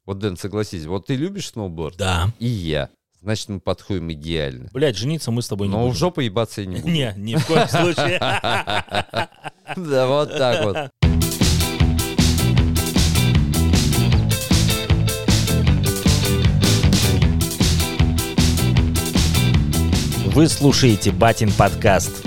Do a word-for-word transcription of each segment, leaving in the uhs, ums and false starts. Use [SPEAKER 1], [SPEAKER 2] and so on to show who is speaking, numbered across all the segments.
[SPEAKER 1] Вот, Дэн, согласись, вот ты любишь сноуборд?
[SPEAKER 2] Да.
[SPEAKER 1] И я. Значит, мы подходим идеально.
[SPEAKER 2] Блядь, жениться мы с тобой не
[SPEAKER 1] Но
[SPEAKER 2] будем.
[SPEAKER 1] в жопу ебаться я не буду.
[SPEAKER 2] Не, ни в коем случае.
[SPEAKER 1] Да, вот так вот.
[SPEAKER 2] Вы слушаете Батин подкаст.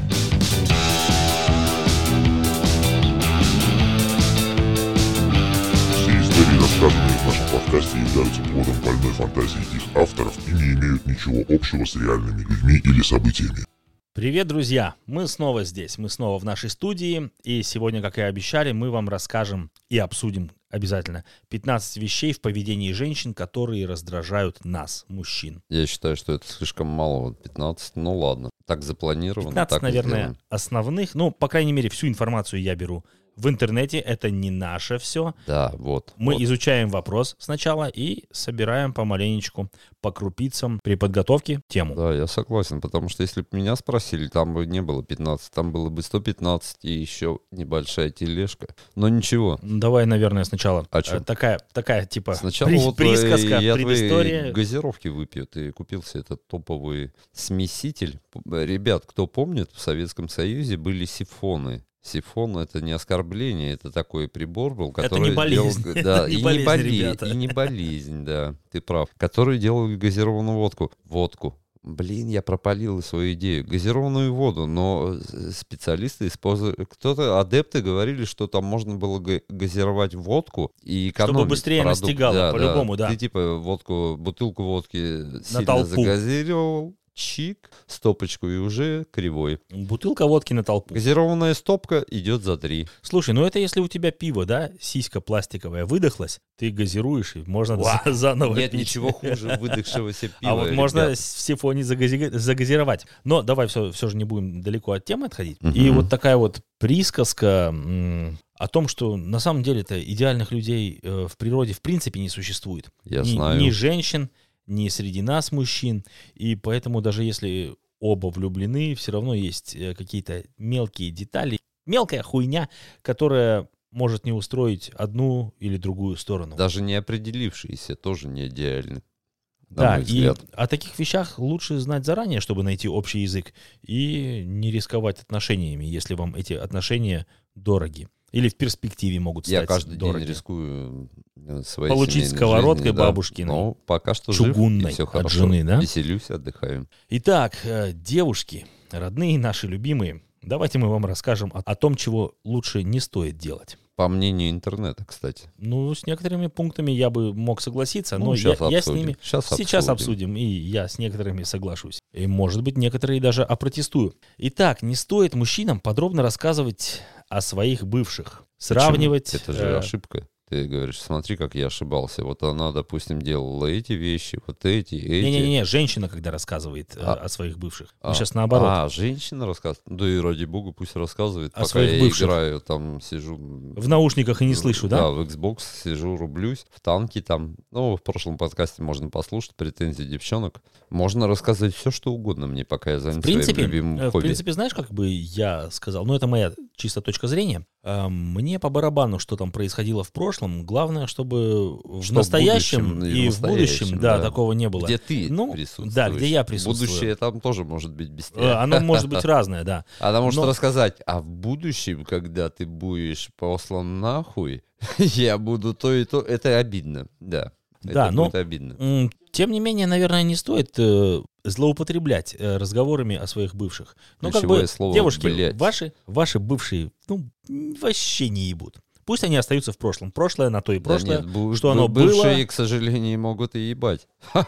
[SPEAKER 3] Все истории, рассказанные в нашем подкасте, являются плодом больной фантазии их авторов и не имеют ничего общего с реальными людьми или событиями.
[SPEAKER 2] Привет, друзья! Мы снова здесь, мы снова в нашей студии, и сегодня, как и обещали, мы вам расскажем и обсудим обязательно пятнадцать вещей в поведении женщин, которые раздражают нас, мужчин.
[SPEAKER 1] Я считаю, что это слишком мало, вот пятнадцать, ну ладно. Так запланировано,
[SPEAKER 2] пятнадцать,
[SPEAKER 1] так и
[SPEAKER 2] наверное,
[SPEAKER 1] сделаем.
[SPEAKER 2] основных, ну, по крайней мере, всю информацию я беру в интернете, это не наше все.
[SPEAKER 1] Да, вот.
[SPEAKER 2] Мы
[SPEAKER 1] вот.
[SPEAKER 2] изучаем вопрос сначала и собираем помаленечку, по крупицам при подготовке тему.
[SPEAKER 1] Да, я согласен, потому что если бы меня спросили, там бы не было пятнадцать, там было бы сто пятнадцать и еще небольшая тележка. Но ничего.
[SPEAKER 2] Давай, наверное, сначала.
[SPEAKER 1] А чё?
[SPEAKER 2] Э, Такая, такая типа
[SPEAKER 1] Сначала
[SPEAKER 2] при-
[SPEAKER 1] вот
[SPEAKER 2] присказка,
[SPEAKER 1] э, я
[SPEAKER 2] предыстория.
[SPEAKER 1] твои газировки выпью. Ты купил себе этот топовый смеситель. Ребят, кто помнит, в Советском Союзе были сифоны. Сифон — это не оскорбление, это такой прибор был, который
[SPEAKER 2] Это не болезнь.
[SPEAKER 1] делал, да,
[SPEAKER 2] Это не
[SPEAKER 1] и
[SPEAKER 2] болезнь,
[SPEAKER 1] не болезнь,
[SPEAKER 2] ребята.
[SPEAKER 1] и не болезнь, да, ты прав. Который делал газированную водку, водку. Блин, я пропалил свою идею. Газированную воду, но специалисты использовали... Кто-то, адепты говорили, что там можно было га- газировать водку и экономить
[SPEAKER 2] Чтобы быстрее
[SPEAKER 1] продукт.
[SPEAKER 2] настигало,
[SPEAKER 1] Да,
[SPEAKER 2] по-любому, да.
[SPEAKER 1] Ты типа водку, бутылку водки сильно
[SPEAKER 2] толпу.
[SPEAKER 1] загазировал, чик, стопочку и уже кривой.
[SPEAKER 2] Бутылка водки на толпу.
[SPEAKER 1] Газированная стопка идет за три.
[SPEAKER 2] Слушай, ну это если у тебя пиво, да, сиська пластиковая выдохлась, ты газируешь, и можно
[SPEAKER 1] Вау.
[SPEAKER 2] за- заново
[SPEAKER 1] Нет
[SPEAKER 2] пить.
[SPEAKER 1] ничего хуже выдохшегося пива.
[SPEAKER 2] А вот
[SPEAKER 1] ребят.
[SPEAKER 2] можно в сифоне загази- загазировать. Но давай все, все же не будем далеко от темы отходить.
[SPEAKER 1] Мгм.
[SPEAKER 2] И вот такая вот присказка м, о том, что на самом деле-то идеальных людей э, в природе в принципе не существует.
[SPEAKER 1] Я
[SPEAKER 2] ни,
[SPEAKER 1] знаю.
[SPEAKER 2] ни женщин, ни среди нас мужчин. И поэтому даже если оба влюблены, все равно есть э, какие-то мелкие детали, мелкая хуйня, которая может не устроить одну или другую сторону.
[SPEAKER 1] Даже не определившиеся тоже не идеальны. на
[SPEAKER 2] Да,
[SPEAKER 1] мой
[SPEAKER 2] и
[SPEAKER 1] взгляд.
[SPEAKER 2] о таких вещах лучше знать заранее, чтобы найти общий язык, и не рисковать отношениями, если вам эти отношения дороги. Или в перспективе могут стать
[SPEAKER 1] Я каждый
[SPEAKER 2] дороги.
[SPEAKER 1] день рискую э, своей
[SPEAKER 2] Получить
[SPEAKER 1] семейной
[SPEAKER 2] сковородкой
[SPEAKER 1] жизнью, да.
[SPEAKER 2] бабушкиной,
[SPEAKER 1] Но пока что
[SPEAKER 2] чугунной
[SPEAKER 1] жив, и все
[SPEAKER 2] от
[SPEAKER 1] хорошо.
[SPEAKER 2] жены, да?
[SPEAKER 1] Веселюсь, отдыхаю.
[SPEAKER 2] Итак, э, девушки, родные наши любимые, давайте мы вам расскажем о, о том, чего лучше не стоит делать.
[SPEAKER 1] По мнению интернета, кстати.
[SPEAKER 2] Ну, с некоторыми пунктами я бы мог согласиться,
[SPEAKER 1] Ну,
[SPEAKER 2] но я,
[SPEAKER 1] щас
[SPEAKER 2] я с
[SPEAKER 1] обсудим.
[SPEAKER 2] ними
[SPEAKER 1] Щас
[SPEAKER 2] сейчас
[SPEAKER 1] обсудим.
[SPEAKER 2] обсудим, и я с некоторыми соглашусь. И, может быть, некоторые даже опротестую. Итак, не стоит мужчинам подробно рассказывать о своих бывших, сравнивать.
[SPEAKER 1] Почему? Это же
[SPEAKER 2] э,
[SPEAKER 1] ошибка. Ты говоришь, смотри, как я ошибался. Вот она, допустим, делала эти вещи, вот эти, эти.
[SPEAKER 2] Не-не-не, женщина, когда рассказывает э,
[SPEAKER 1] А.
[SPEAKER 2] о своих бывших.
[SPEAKER 1] А,
[SPEAKER 2] Мы сейчас наоборот.
[SPEAKER 1] А, женщина рассказывает? Да и ради бога пусть рассказывает,
[SPEAKER 2] О
[SPEAKER 1] пока
[SPEAKER 2] своих
[SPEAKER 1] я
[SPEAKER 2] бывших.
[SPEAKER 1] играю, там сижу...
[SPEAKER 2] В наушниках и не слышу, да?
[SPEAKER 1] Да, в Xbox сижу, рублюсь, в танке там. Ну, в прошлом подкасте можно послушать претензии девчонок. Можно рассказывать все, что угодно мне, пока я занят
[SPEAKER 2] В принципе,
[SPEAKER 1] своим любимым
[SPEAKER 2] э, в
[SPEAKER 1] хобби.
[SPEAKER 2] принципе, знаешь, как бы я сказал, ну это моя чисто точка зрения. Э, Мне по барабану, что там происходило в прошлом. Главное, чтобы в
[SPEAKER 1] Что в
[SPEAKER 2] настоящем
[SPEAKER 1] будущем
[SPEAKER 2] и
[SPEAKER 1] и в
[SPEAKER 2] в будущем,
[SPEAKER 1] настоящем,
[SPEAKER 2] да,
[SPEAKER 1] да.
[SPEAKER 2] такого не было.
[SPEAKER 1] Где ты
[SPEAKER 2] Ну,
[SPEAKER 1] присутствуешь.
[SPEAKER 2] да, где я присутствую.
[SPEAKER 1] Будущее там тоже может быть без
[SPEAKER 2] Э,
[SPEAKER 1] тебя.
[SPEAKER 2] Оно может быть разное, да.
[SPEAKER 1] Она может
[SPEAKER 2] но-
[SPEAKER 1] рассказать, а в будущем, когда ты будешь послан нахуй, я буду то и то. Это обидно, да.
[SPEAKER 2] Да,
[SPEAKER 1] Это
[SPEAKER 2] но-
[SPEAKER 1] будет обидно.
[SPEAKER 2] М, Тем не менее, наверное, не стоит э, злоупотреблять э, разговорами о своих бывших. Ну, как
[SPEAKER 1] Ключевое
[SPEAKER 2] бы,
[SPEAKER 1] слово
[SPEAKER 2] девушки,
[SPEAKER 1] «блядь».
[SPEAKER 2] ваши, ваши бывшие, ну, м, вообще не ебут. Пусть они остаются в прошлом. Прошлое на то и прошлое.
[SPEAKER 1] Да нет, бу-
[SPEAKER 2] что
[SPEAKER 1] бу-
[SPEAKER 2] оно
[SPEAKER 1] бывшие,
[SPEAKER 2] было.
[SPEAKER 1] к сожалению, могут и ебать.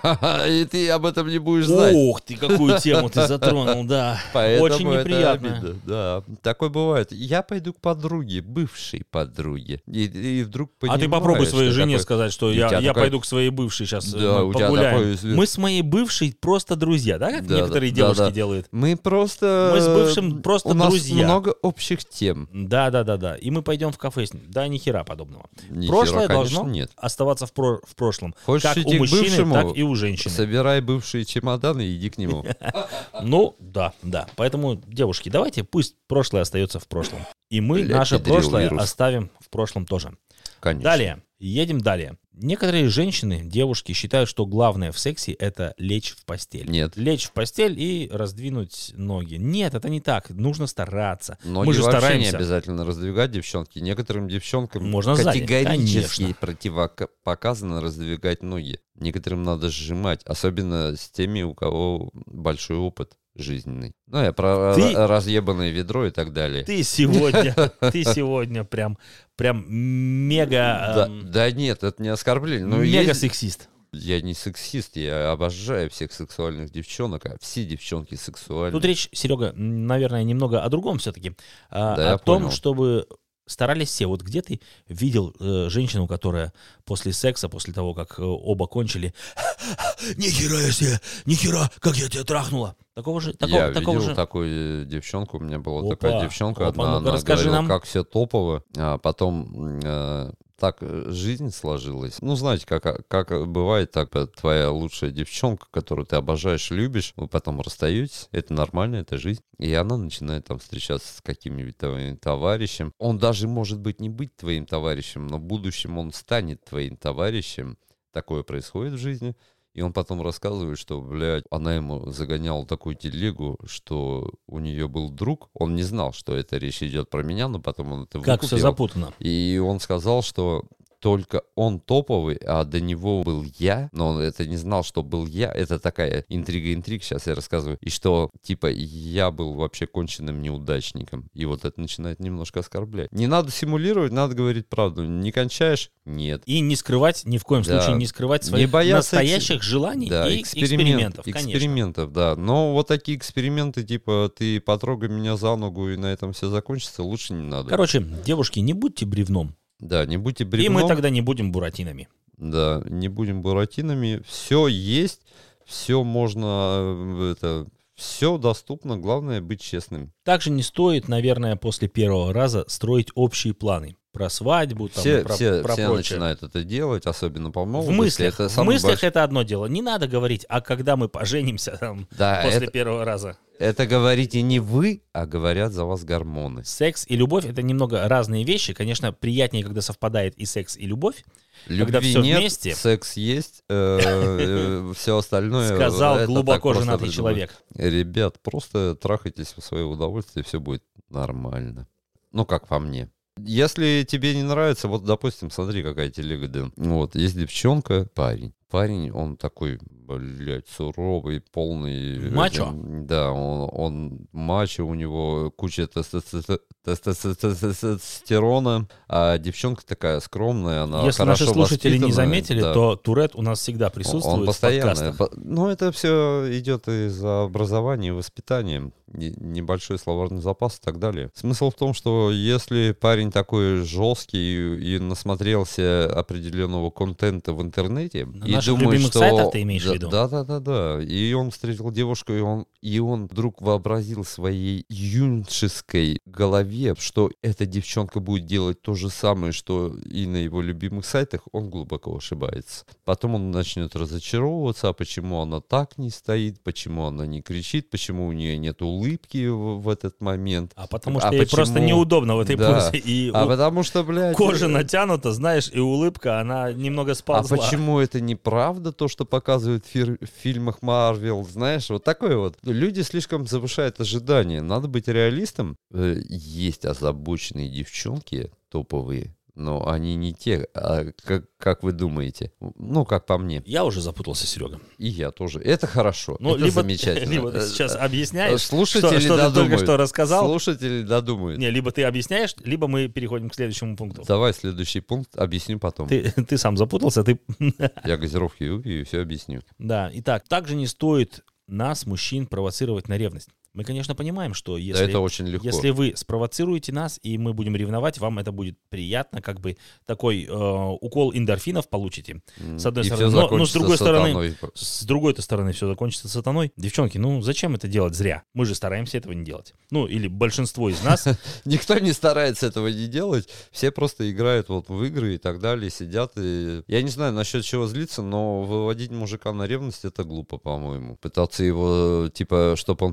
[SPEAKER 1] И ты об этом не будешь знать.
[SPEAKER 2] Ох ты, какую тему ты затронул, да.
[SPEAKER 1] Поэтому
[SPEAKER 2] Очень
[SPEAKER 1] это
[SPEAKER 2] неприятно.
[SPEAKER 1] обидно, да, такое бывает. Я пойду к подруге, бывшей подруге, и, и вдруг
[SPEAKER 2] А
[SPEAKER 1] понимаешь,
[SPEAKER 2] ты попробуй
[SPEAKER 1] что
[SPEAKER 2] своей жене
[SPEAKER 1] такое-
[SPEAKER 2] сказать, что
[SPEAKER 1] у
[SPEAKER 2] я,
[SPEAKER 1] тебя
[SPEAKER 2] я
[SPEAKER 1] такая-
[SPEAKER 2] пойду к своей бывшей сейчас
[SPEAKER 1] Да, у тебя
[SPEAKER 2] погуляем.
[SPEAKER 1] такое свет-
[SPEAKER 2] Мы с моей бывшей просто друзья, да, как
[SPEAKER 1] Да,
[SPEAKER 2] некоторые
[SPEAKER 1] да,
[SPEAKER 2] девушки
[SPEAKER 1] да, да.
[SPEAKER 2] делают?
[SPEAKER 1] Мы просто...
[SPEAKER 2] Мы с бывшим просто
[SPEAKER 1] у нас
[SPEAKER 2] друзья.
[SPEAKER 1] много общих тем.
[SPEAKER 2] Да, да, да, да. И мы пойдем в кафе с ним. Да, ни хера подобного.
[SPEAKER 1] Ни
[SPEAKER 2] Прошлое
[SPEAKER 1] хера, конечно,
[SPEAKER 2] должно
[SPEAKER 1] нет.
[SPEAKER 2] оставаться в, про- в прошлом.
[SPEAKER 1] Хочешь
[SPEAKER 2] как
[SPEAKER 1] идти
[SPEAKER 2] у
[SPEAKER 1] к
[SPEAKER 2] мужчины,
[SPEAKER 1] бывшему,
[SPEAKER 2] так и у женщины.
[SPEAKER 1] Собирай бывшие чемоданы и иди к нему.
[SPEAKER 2] Ну, да, да. Поэтому, девушки, давайте, пусть прошлое остается в прошлом. И мы
[SPEAKER 1] Блядь,
[SPEAKER 2] наше
[SPEAKER 1] педрил
[SPEAKER 2] прошлое
[SPEAKER 1] вирус.
[SPEAKER 2] оставим в прошлом тоже.
[SPEAKER 1] Конечно.
[SPEAKER 2] Далее. Едем далее. Некоторые женщины, девушки считают, что главное в сексе — это лечь в постель.
[SPEAKER 1] Нет.
[SPEAKER 2] Лечь в постель и раздвинуть ноги. Нет, это не так. Нужно стараться.
[SPEAKER 1] Ноги
[SPEAKER 2] Мы же
[SPEAKER 1] вообще
[SPEAKER 2] стараемся.
[SPEAKER 1] не обязательно раздвигать, девчонки. Некоторым девчонкам
[SPEAKER 2] Можно сзади,
[SPEAKER 1] категорически
[SPEAKER 2] конечно.
[SPEAKER 1] противопоказано раздвигать ноги. Некоторым надо сжимать, особенно с теми, у кого большой опыт жизненный. Ну, я про
[SPEAKER 2] Ты-
[SPEAKER 1] ра- разъебанное ведро и так далее.
[SPEAKER 2] Ты сегодня, ты сегодня прям, прям мега,
[SPEAKER 1] Да,
[SPEAKER 2] эм,
[SPEAKER 1] да нет, это не оскорбление. Но
[SPEAKER 2] мега
[SPEAKER 1] есть-
[SPEAKER 2] сексист.
[SPEAKER 1] Я не сексист, я обожаю всех сексуальных девчонок, а все девчонки сексуальны.
[SPEAKER 2] Тут речь, Серега, м, наверное, немного о другом все-таки. А,
[SPEAKER 1] Да, я
[SPEAKER 2] о том,
[SPEAKER 1] понял.
[SPEAKER 2] чтобы старались все. Вот где ты видел э, женщину, которая после секса, после того, как э, оба кончили, нихера я себе, нихера, как я тебя трахнула. Такого же, такого,
[SPEAKER 1] Я
[SPEAKER 2] такого
[SPEAKER 1] видел
[SPEAKER 2] же.
[SPEAKER 1] такую девчонку, у меня была
[SPEAKER 2] Опа,
[SPEAKER 1] такая девчонка,
[SPEAKER 2] опа,
[SPEAKER 1] одна,
[SPEAKER 2] ну-ка,
[SPEAKER 1] она
[SPEAKER 2] расскажи
[SPEAKER 1] говорила,
[SPEAKER 2] нам.
[SPEAKER 1] как все топово, а потом э, так э, жизнь сложилась. Ну, знаете, как, как бывает, так э, твоя лучшая девчонка, которую ты обожаешь, любишь, вы потом расстаетесь, это нормально, это жизнь. И она начинает там встречаться с каким-нибудь твоим товарищем. Он даже может быть не быть твоим товарищем, но в будущем он станет твоим товарищем. Такое происходит в жизни. И он потом рассказывает, что, блядь, она ему загоняла такую телегу, что у нее был друг. Он не знал, что это речь идет про меня, но потом он это
[SPEAKER 2] Как все
[SPEAKER 1] выкупил.
[SPEAKER 2] запутано.
[SPEAKER 1] И он сказал, что только он топовый, а до него был я, но он это не знал, что был я. Это такая интрига-интриг, сейчас я рассказываю. И что, типа, я был вообще конченным неудачником. И вот это начинает немножко оскорблять. Не надо симулировать, надо говорить правду. Не кончаешь? Нет.
[SPEAKER 2] И не скрывать, ни в коем
[SPEAKER 1] Да.
[SPEAKER 2] случае не скрывать
[SPEAKER 1] Не
[SPEAKER 2] своих
[SPEAKER 1] бояться
[SPEAKER 2] настоящих желаний
[SPEAKER 1] Да,
[SPEAKER 2] и
[SPEAKER 1] эксперимент-
[SPEAKER 2] экспериментов, конечно.
[SPEAKER 1] экспериментов, да. Но вот такие эксперименты, типа, ты потрогай меня за ногу, и на этом все закончится, лучше не надо.
[SPEAKER 2] Короче, девушки, не будьте бревном.
[SPEAKER 1] Да, не будьте
[SPEAKER 2] И
[SPEAKER 1] бревном.
[SPEAKER 2] мы тогда не будем буратинами.
[SPEAKER 1] Да, не будем буратинами. Все есть, все можно, э, это, все доступно, главное быть честным.
[SPEAKER 2] Также не стоит, наверное, после первого раза строить общие планы. Про свадьбу, там,
[SPEAKER 1] Все,
[SPEAKER 2] про,
[SPEAKER 1] все,
[SPEAKER 2] про
[SPEAKER 1] все
[SPEAKER 2] прочее.
[SPEAKER 1] начинают это делать, особенно по
[SPEAKER 2] В
[SPEAKER 1] молодости.
[SPEAKER 2] мыслях,
[SPEAKER 1] это
[SPEAKER 2] в
[SPEAKER 1] самый
[SPEAKER 2] мыслях
[SPEAKER 1] большой-
[SPEAKER 2] это одно дело. Не надо говорить, а когда мы поженимся там,
[SPEAKER 1] Да,
[SPEAKER 2] после
[SPEAKER 1] это,
[SPEAKER 2] первого раза.
[SPEAKER 1] это говорите не вы, а говорят за вас гормоны.
[SPEAKER 2] Секс и любовь — это немного разные вещи. Конечно, приятнее, когда совпадает и секс, и любовь. Когда
[SPEAKER 1] Любви
[SPEAKER 2] всё
[SPEAKER 1] нет,
[SPEAKER 2] вместе.
[SPEAKER 1] секс есть, все остальное.
[SPEAKER 2] Сказал
[SPEAKER 1] это
[SPEAKER 2] глубоко
[SPEAKER 1] так просто
[SPEAKER 2] женатый
[SPEAKER 1] придумать.
[SPEAKER 2] человек.
[SPEAKER 1] Ребят, просто трахайтесь в свое удовольствие, все будет нормально. Ну, как по мне. Если тебе не нравится, вот, допустим, смотри, какая телега, Дэн. Вот, есть девчонка, парень. Парень, он такой, блядь, суровый, полный...
[SPEAKER 2] Мачо?
[SPEAKER 1] э, Да, он, он мачо, у него куча тестосте- тестостерона, а девчонка такая скромная, она
[SPEAKER 2] Если
[SPEAKER 1] хорошо
[SPEAKER 2] наши слушатели не
[SPEAKER 1] воспитанная,
[SPEAKER 2] заметили,
[SPEAKER 1] да.
[SPEAKER 2] то Турет у нас всегда присутствует
[SPEAKER 1] Он
[SPEAKER 2] в
[SPEAKER 1] постоянно.
[SPEAKER 2] подкастах.
[SPEAKER 1] по- Ну, это все идет из образования и воспитания. Не- Небольшой словарный запас и так далее. Смысл в том, что если парень такой жесткий и, и насмотрелся определенного контента в интернете,
[SPEAKER 2] На
[SPEAKER 1] и
[SPEAKER 2] наших
[SPEAKER 1] думает,
[SPEAKER 2] любимых
[SPEAKER 1] что...
[SPEAKER 2] сайтах ты имеешь в
[SPEAKER 1] да,
[SPEAKER 2] виду?
[SPEAKER 1] Да, да, да, да. И он встретил девушку, и он, и он вдруг вообразил в своей юношеской голове, что эта девчонка будет делать то же самое, что и на его любимых сайтах, он глубоко ошибается. Потом он начнет разочаровываться, а почему она так не стоит, почему она не кричит, почему у нее нет улыбки в, в этот момент.
[SPEAKER 2] А потому
[SPEAKER 1] А
[SPEAKER 2] что ей
[SPEAKER 1] почему-
[SPEAKER 2] просто неудобно в этой
[SPEAKER 1] Да.
[SPEAKER 2] позе. И
[SPEAKER 1] А
[SPEAKER 2] у-
[SPEAKER 1] потому что, блядь...
[SPEAKER 2] кожа
[SPEAKER 1] э,
[SPEAKER 2] натянута, знаешь, и улыбка, она немного
[SPEAKER 1] А
[SPEAKER 2] сползла.
[SPEAKER 1] почему это неправда, то, что показывают в, фир- в фильмах Марвел, знаешь, вот такое вот. Люди слишком завышают ожидания, надо быть реалистом. Э, Есть озабоченные девчонки топовые, но они не те, а как, как вы думаете. Ну, как по мне.
[SPEAKER 2] Я уже запутался, Серега.
[SPEAKER 1] И я тоже. Это хорошо,
[SPEAKER 2] Ну,
[SPEAKER 1] это
[SPEAKER 2] либо,
[SPEAKER 1] замечательно.
[SPEAKER 2] либо ты
[SPEAKER 1] Э,
[SPEAKER 2] сейчас
[SPEAKER 1] э,
[SPEAKER 2] объясняешь,
[SPEAKER 1] Слушатели
[SPEAKER 2] что, что ты только
[SPEAKER 1] додумают.
[SPEAKER 2] что рассказал.
[SPEAKER 1] Слушатели додумают.
[SPEAKER 2] Не, либо ты объясняешь, либо мы переходим к следующему пункту.
[SPEAKER 1] Давай следующий пункт, объясню потом.
[SPEAKER 2] Ты, ты сам запутался, ты...
[SPEAKER 1] Я газировки выпью и все объясню.
[SPEAKER 2] Да, итак, также не стоит нас, мужчин, провоцировать на ревность. Мы, конечно, понимаем, что
[SPEAKER 1] Да,
[SPEAKER 2] если,
[SPEAKER 1] это очень легко.
[SPEAKER 2] если вы спровоцируете нас, и мы будем ревновать, вам это будет приятно, как бы такой э, укол эндорфинов получите.
[SPEAKER 1] М,
[SPEAKER 2] с одной
[SPEAKER 1] и
[SPEAKER 2] стороны.
[SPEAKER 1] всё
[SPEAKER 2] Но- но с
[SPEAKER 1] закончится
[SPEAKER 2] другой стороны,
[SPEAKER 1] сатаной.
[SPEAKER 2] С другой-то стороны, все закончится сатаной. Девчонки, ну зачем это делать зря? Мы же стараемся этого не делать. Ну, или большинство из нас.
[SPEAKER 1] Никто не старается этого не делать, все просто играют вот в игры и так далее, сидят и... Я не знаю насчет чего злиться, но выводить мужика на ревность — это глупо, по-моему. Пытаться его, типа, чтобы он приревновал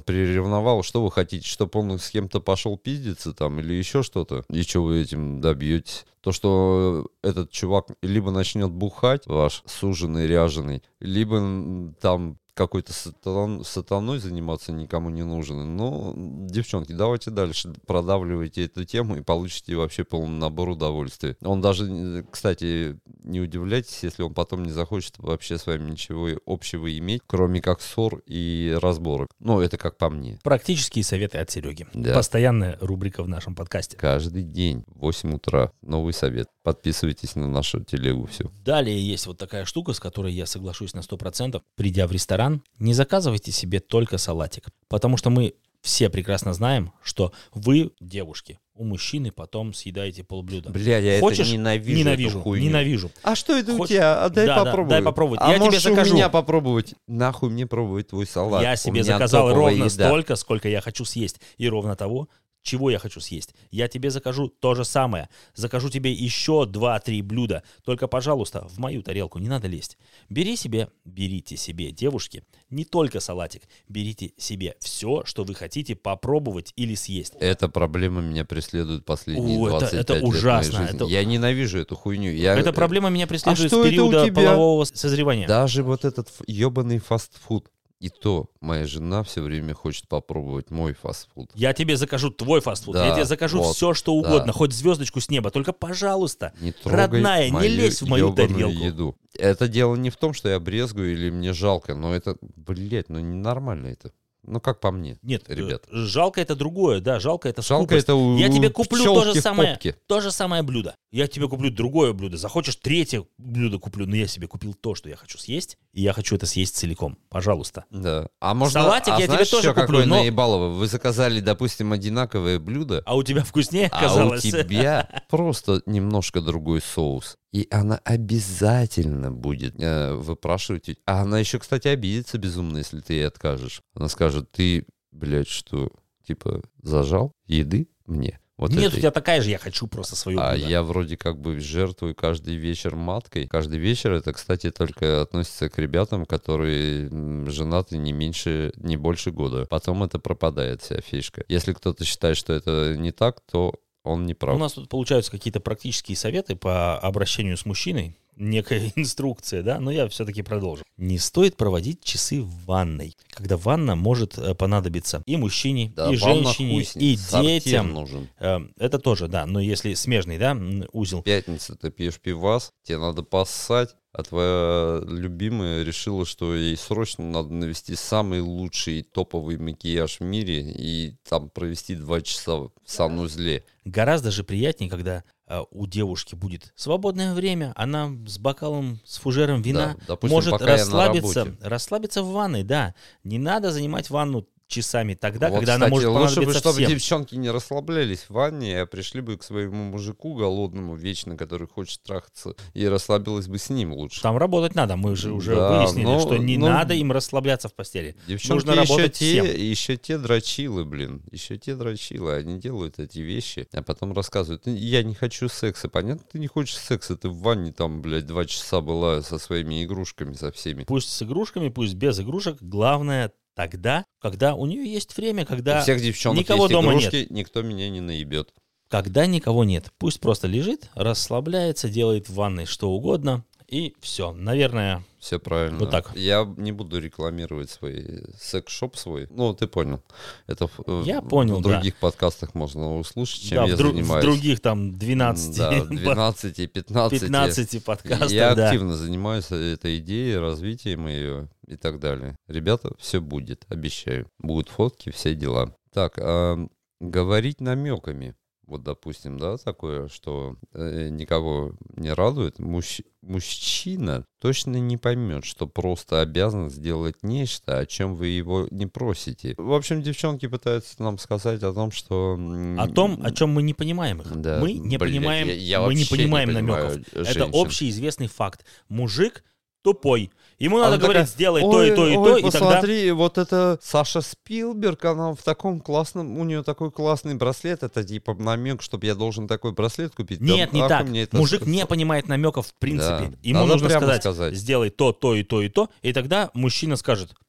[SPEAKER 1] карнавал, что вы хотите, чтобы он с кем-то пошел пиздиться там или еще что-то? И что вы этим добьетесь? То, что этот чувак либо начнет бухать, ваш суженый, ряженый, либо там какой-то сатан, сатаной заниматься никому не нужен. Но, девчонки, давайте дальше продавливайте эту тему и получите вообще полный набор удовольствия. Он даже, кстати, не удивляйтесь, если он потом не захочет вообще с вами ничего общего иметь, кроме как ссор и разборок. Ну, это как по мне.
[SPEAKER 2] Практические советы от Сереги.
[SPEAKER 1] Да.
[SPEAKER 2] Постоянная рубрика в нашем подкасте.
[SPEAKER 1] Каждый день в восемь утра новый совет. Подписывайтесь на нашу телегу, все.
[SPEAKER 2] Далее есть вот такая штука, с которой я соглашусь на сто процентов. Придя в ресторан, не заказывайте себе только салатик, потому что мы все прекрасно знаем, что вы, девушки, у мужчины потом съедаете полблюда.
[SPEAKER 1] Бля, я
[SPEAKER 2] Хочешь?
[SPEAKER 1] это ненавижу.
[SPEAKER 2] Ненавижу,
[SPEAKER 1] эту хуйню.
[SPEAKER 2] ненавижу.
[SPEAKER 1] А что это
[SPEAKER 2] Хочешь?
[SPEAKER 1] у тебя? А дай
[SPEAKER 2] Да, да,
[SPEAKER 1] попробую.
[SPEAKER 2] дай попробовать.
[SPEAKER 1] А
[SPEAKER 2] Я тебе
[SPEAKER 1] можешь
[SPEAKER 2] закажу.
[SPEAKER 1] у меня попробовать? Нахуй мне пробовать твой салат.
[SPEAKER 2] Я
[SPEAKER 1] У
[SPEAKER 2] себе
[SPEAKER 1] меня
[SPEAKER 2] заказал
[SPEAKER 1] топовая
[SPEAKER 2] ровно
[SPEAKER 1] еда.
[SPEAKER 2] столько, сколько я хочу съесть. И ровно того, чего я хочу съесть. Я тебе закажу то же самое. Закажу тебе еще два-три блюда. Только, пожалуйста, в мою тарелку не надо лезть. Бери себе, берите себе, девушки, не только салатик. Берите себе все, что вы хотите попробовать или съесть.
[SPEAKER 1] Эта проблема меня преследует последние
[SPEAKER 2] О, это-
[SPEAKER 1] двадцать пять
[SPEAKER 2] это
[SPEAKER 1] лет моей
[SPEAKER 2] ужасно.
[SPEAKER 1] жизни.
[SPEAKER 2] Это-
[SPEAKER 1] Я ненавижу эту хуйню. Я...
[SPEAKER 2] Эта проблема меня преследует
[SPEAKER 1] что
[SPEAKER 2] с
[SPEAKER 1] это у
[SPEAKER 2] периода
[SPEAKER 1] тебя?
[SPEAKER 2] полового созревания.
[SPEAKER 1] Даже вот этот ф- ебаный фастфуд. И то моя жена все время хочет попробовать мой фастфуд.
[SPEAKER 2] Я тебе закажу твой фастфуд.
[SPEAKER 1] Да,
[SPEAKER 2] я тебе закажу
[SPEAKER 1] вот,
[SPEAKER 2] все, что
[SPEAKER 1] да.
[SPEAKER 2] угодно. Хоть звездочку с неба. Только, пожалуйста,
[SPEAKER 1] Не трогай
[SPEAKER 2] родная, не
[SPEAKER 1] мою
[SPEAKER 2] лезь в мою
[SPEAKER 1] ёбаную
[SPEAKER 2] тарелку.
[SPEAKER 1] еду. Это дело не в том, что я брезгую или мне жалко, но это, блядь, ну ненормально это. Ну как по мне,
[SPEAKER 2] Нет,
[SPEAKER 1] ребят.
[SPEAKER 2] э, жалко это другое, да, жалко это
[SPEAKER 1] Жалко
[SPEAKER 2] скупость.
[SPEAKER 1] это у
[SPEAKER 2] Я тебе
[SPEAKER 1] у
[SPEAKER 2] куплю то
[SPEAKER 1] пчелки
[SPEAKER 2] же
[SPEAKER 1] в
[SPEAKER 2] самое,
[SPEAKER 1] попке.
[SPEAKER 2] то же самое блюдо. Я тебе куплю другое блюдо. Захочешь третье блюдо куплю, но я себе купил то, что я хочу съесть, и я хочу это съесть целиком. Пожалуйста.
[SPEAKER 1] Да. А можно,
[SPEAKER 2] Салатик
[SPEAKER 1] а
[SPEAKER 2] я тебе
[SPEAKER 1] знаешь,
[SPEAKER 2] тоже
[SPEAKER 1] еще
[SPEAKER 2] куплю,
[SPEAKER 1] какое
[SPEAKER 2] но-
[SPEAKER 1] наебалово? Вы заказали, допустим, одинаковое блюдо,
[SPEAKER 2] А у тебя вкуснее
[SPEAKER 1] а у
[SPEAKER 2] оказалось?
[SPEAKER 1] тебя просто немножко другой соус. И она обязательно будет э, выпрашивать. А она еще, кстати, обидится безумно, если ты ей откажешь. Она скажет, ты, блядь, что, типа, зажал еды мне? Вот
[SPEAKER 2] Нет,
[SPEAKER 1] этой.
[SPEAKER 2] у тебя такая же, я хочу просто свою
[SPEAKER 1] А
[SPEAKER 2] блюдо.
[SPEAKER 1] я вроде как бы жертвую каждый вечер маткой. Каждый вечер это, кстати, только относится к ребятам, которые м, женаты не меньше, не больше года. Потом это пропадает вся фишка. Если кто-то считает, что это не так, то он не прав.
[SPEAKER 2] У нас тут получаются какие-то практические советы по обращению с мужчиной. Некая инструкция, да, но я все-таки продолжу. Не стоит проводить часы в ванной, когда ванна может э, понадобиться и мужчине,
[SPEAKER 1] Да,
[SPEAKER 2] и
[SPEAKER 1] ванна
[SPEAKER 2] женщине,
[SPEAKER 1] хуй с ним.
[SPEAKER 2] и
[SPEAKER 1] Сортир
[SPEAKER 2] детям.
[SPEAKER 1] нужен.
[SPEAKER 2] Э, Это тоже, да, но если смежный, да, м, узел.
[SPEAKER 1] В пятницу ты пьешь пивас, тебе надо поссать, а твоя любимая решила, что ей срочно надо навести самый лучший топовый макияж в мире и там провести два часа в санузле.
[SPEAKER 2] Гораздо же приятнее, когда э, у девушки будет свободное время, она с бокалом, с фужером вина
[SPEAKER 1] Да, допустим,
[SPEAKER 2] может
[SPEAKER 1] пока я на
[SPEAKER 2] расслабиться,
[SPEAKER 1] работе.
[SPEAKER 2] расслабиться в ванной, да. Не надо занимать ванну часами тогда,
[SPEAKER 1] Вот,
[SPEAKER 2] когда она
[SPEAKER 1] кстати,
[SPEAKER 2] может
[SPEAKER 1] лучше бы,
[SPEAKER 2] понадобиться
[SPEAKER 1] чтобы
[SPEAKER 2] всем.
[SPEAKER 1] девчонки не расслаблялись в ванне, а пришли бы к своему мужику голодному, вечно, который хочет трахаться, и расслабилась бы с ним лучше.
[SPEAKER 2] Там работать надо, мы же уже
[SPEAKER 1] Да,
[SPEAKER 2] выяснили,
[SPEAKER 1] но-
[SPEAKER 2] что не
[SPEAKER 1] но-
[SPEAKER 2] надо им расслабляться в постели.
[SPEAKER 1] Девчонки
[SPEAKER 2] Нужно
[SPEAKER 1] еще
[SPEAKER 2] работать
[SPEAKER 1] те,
[SPEAKER 2] всем.
[SPEAKER 1] еще те дрочилы, блин, еще те дрочилы, они делают эти вещи, а потом рассказывают, «Ну, я не хочу секса, понятно, ты не хочешь секса, ты в ванне там, блядь, два часа была со своими игрушками, со всеми.
[SPEAKER 2] Пусть с игрушками, пусть без игрушек, главное тогда, когда у нее есть время, когда,
[SPEAKER 1] У всех девчонок
[SPEAKER 2] никого
[SPEAKER 1] есть
[SPEAKER 2] дома
[SPEAKER 1] игрушки, никто меня не наебет.
[SPEAKER 2] когда никого нет. Пусть просто лежит, расслабляется, делает в ванной что угодно, и все. Наверное,
[SPEAKER 1] Все правильно.
[SPEAKER 2] Вот так.
[SPEAKER 1] Я не буду рекламировать свой секс-шоп свой. Ну, ты понял. Это в,
[SPEAKER 2] Я
[SPEAKER 1] в-
[SPEAKER 2] понял,
[SPEAKER 1] в
[SPEAKER 2] да.
[SPEAKER 1] других подкастах можно услышать, чем
[SPEAKER 2] да,
[SPEAKER 1] я
[SPEAKER 2] в, дру- в
[SPEAKER 1] занимаюсь.
[SPEAKER 2] других там двенадцати,
[SPEAKER 1] Да, двенадцати, пятнадцати.
[SPEAKER 2] пятнадцати подкастах,
[SPEAKER 1] Я
[SPEAKER 2] да.
[SPEAKER 1] активно занимаюсь этой идеей, развитием ее и так далее. Ребята, все будет, обещаю. Будут фотки, все дела. Так, а, говорить намеками. Вот, допустим, да, такое, что э, никого не радует. Мужч- мужчина точно не поймет, что просто обязан сделать нечто, о чем вы его не просите. В общем, девчонки пытаются нам сказать о том, что... м,
[SPEAKER 2] О том, о чем мы не понимаем их.
[SPEAKER 1] Да,
[SPEAKER 2] мы не
[SPEAKER 1] блин,
[SPEAKER 2] понимаем,
[SPEAKER 1] я- я
[SPEAKER 2] мы не
[SPEAKER 1] вообще не
[SPEAKER 2] понимаем
[SPEAKER 1] понимаю
[SPEAKER 2] намеков. Это
[SPEAKER 1] женщин.
[SPEAKER 2] общеизвестный факт. Мужик тупой. Ему надо
[SPEAKER 1] Она
[SPEAKER 2] говорить,
[SPEAKER 1] такая,
[SPEAKER 2] сделай то
[SPEAKER 1] «Ой,
[SPEAKER 2] и то и
[SPEAKER 1] ой,
[SPEAKER 2] то, и тогда...
[SPEAKER 1] посмотри, вот это Саша Спилберг, она в таком классном, у нее такой классный браслет, это типа намек, чтобы я должен такой браслет купить. Да
[SPEAKER 2] Нет, не
[SPEAKER 1] нахуй
[SPEAKER 2] так.
[SPEAKER 1] мне это
[SPEAKER 2] Мужик
[SPEAKER 1] с-
[SPEAKER 2] не понимает намеков в принципе.
[SPEAKER 1] Да.
[SPEAKER 2] Ему
[SPEAKER 1] Надо
[SPEAKER 2] нужно
[SPEAKER 1] прямо
[SPEAKER 2] сказать,
[SPEAKER 1] сказать.
[SPEAKER 2] сделай то, то и то и то, и тогда мужчина скажет,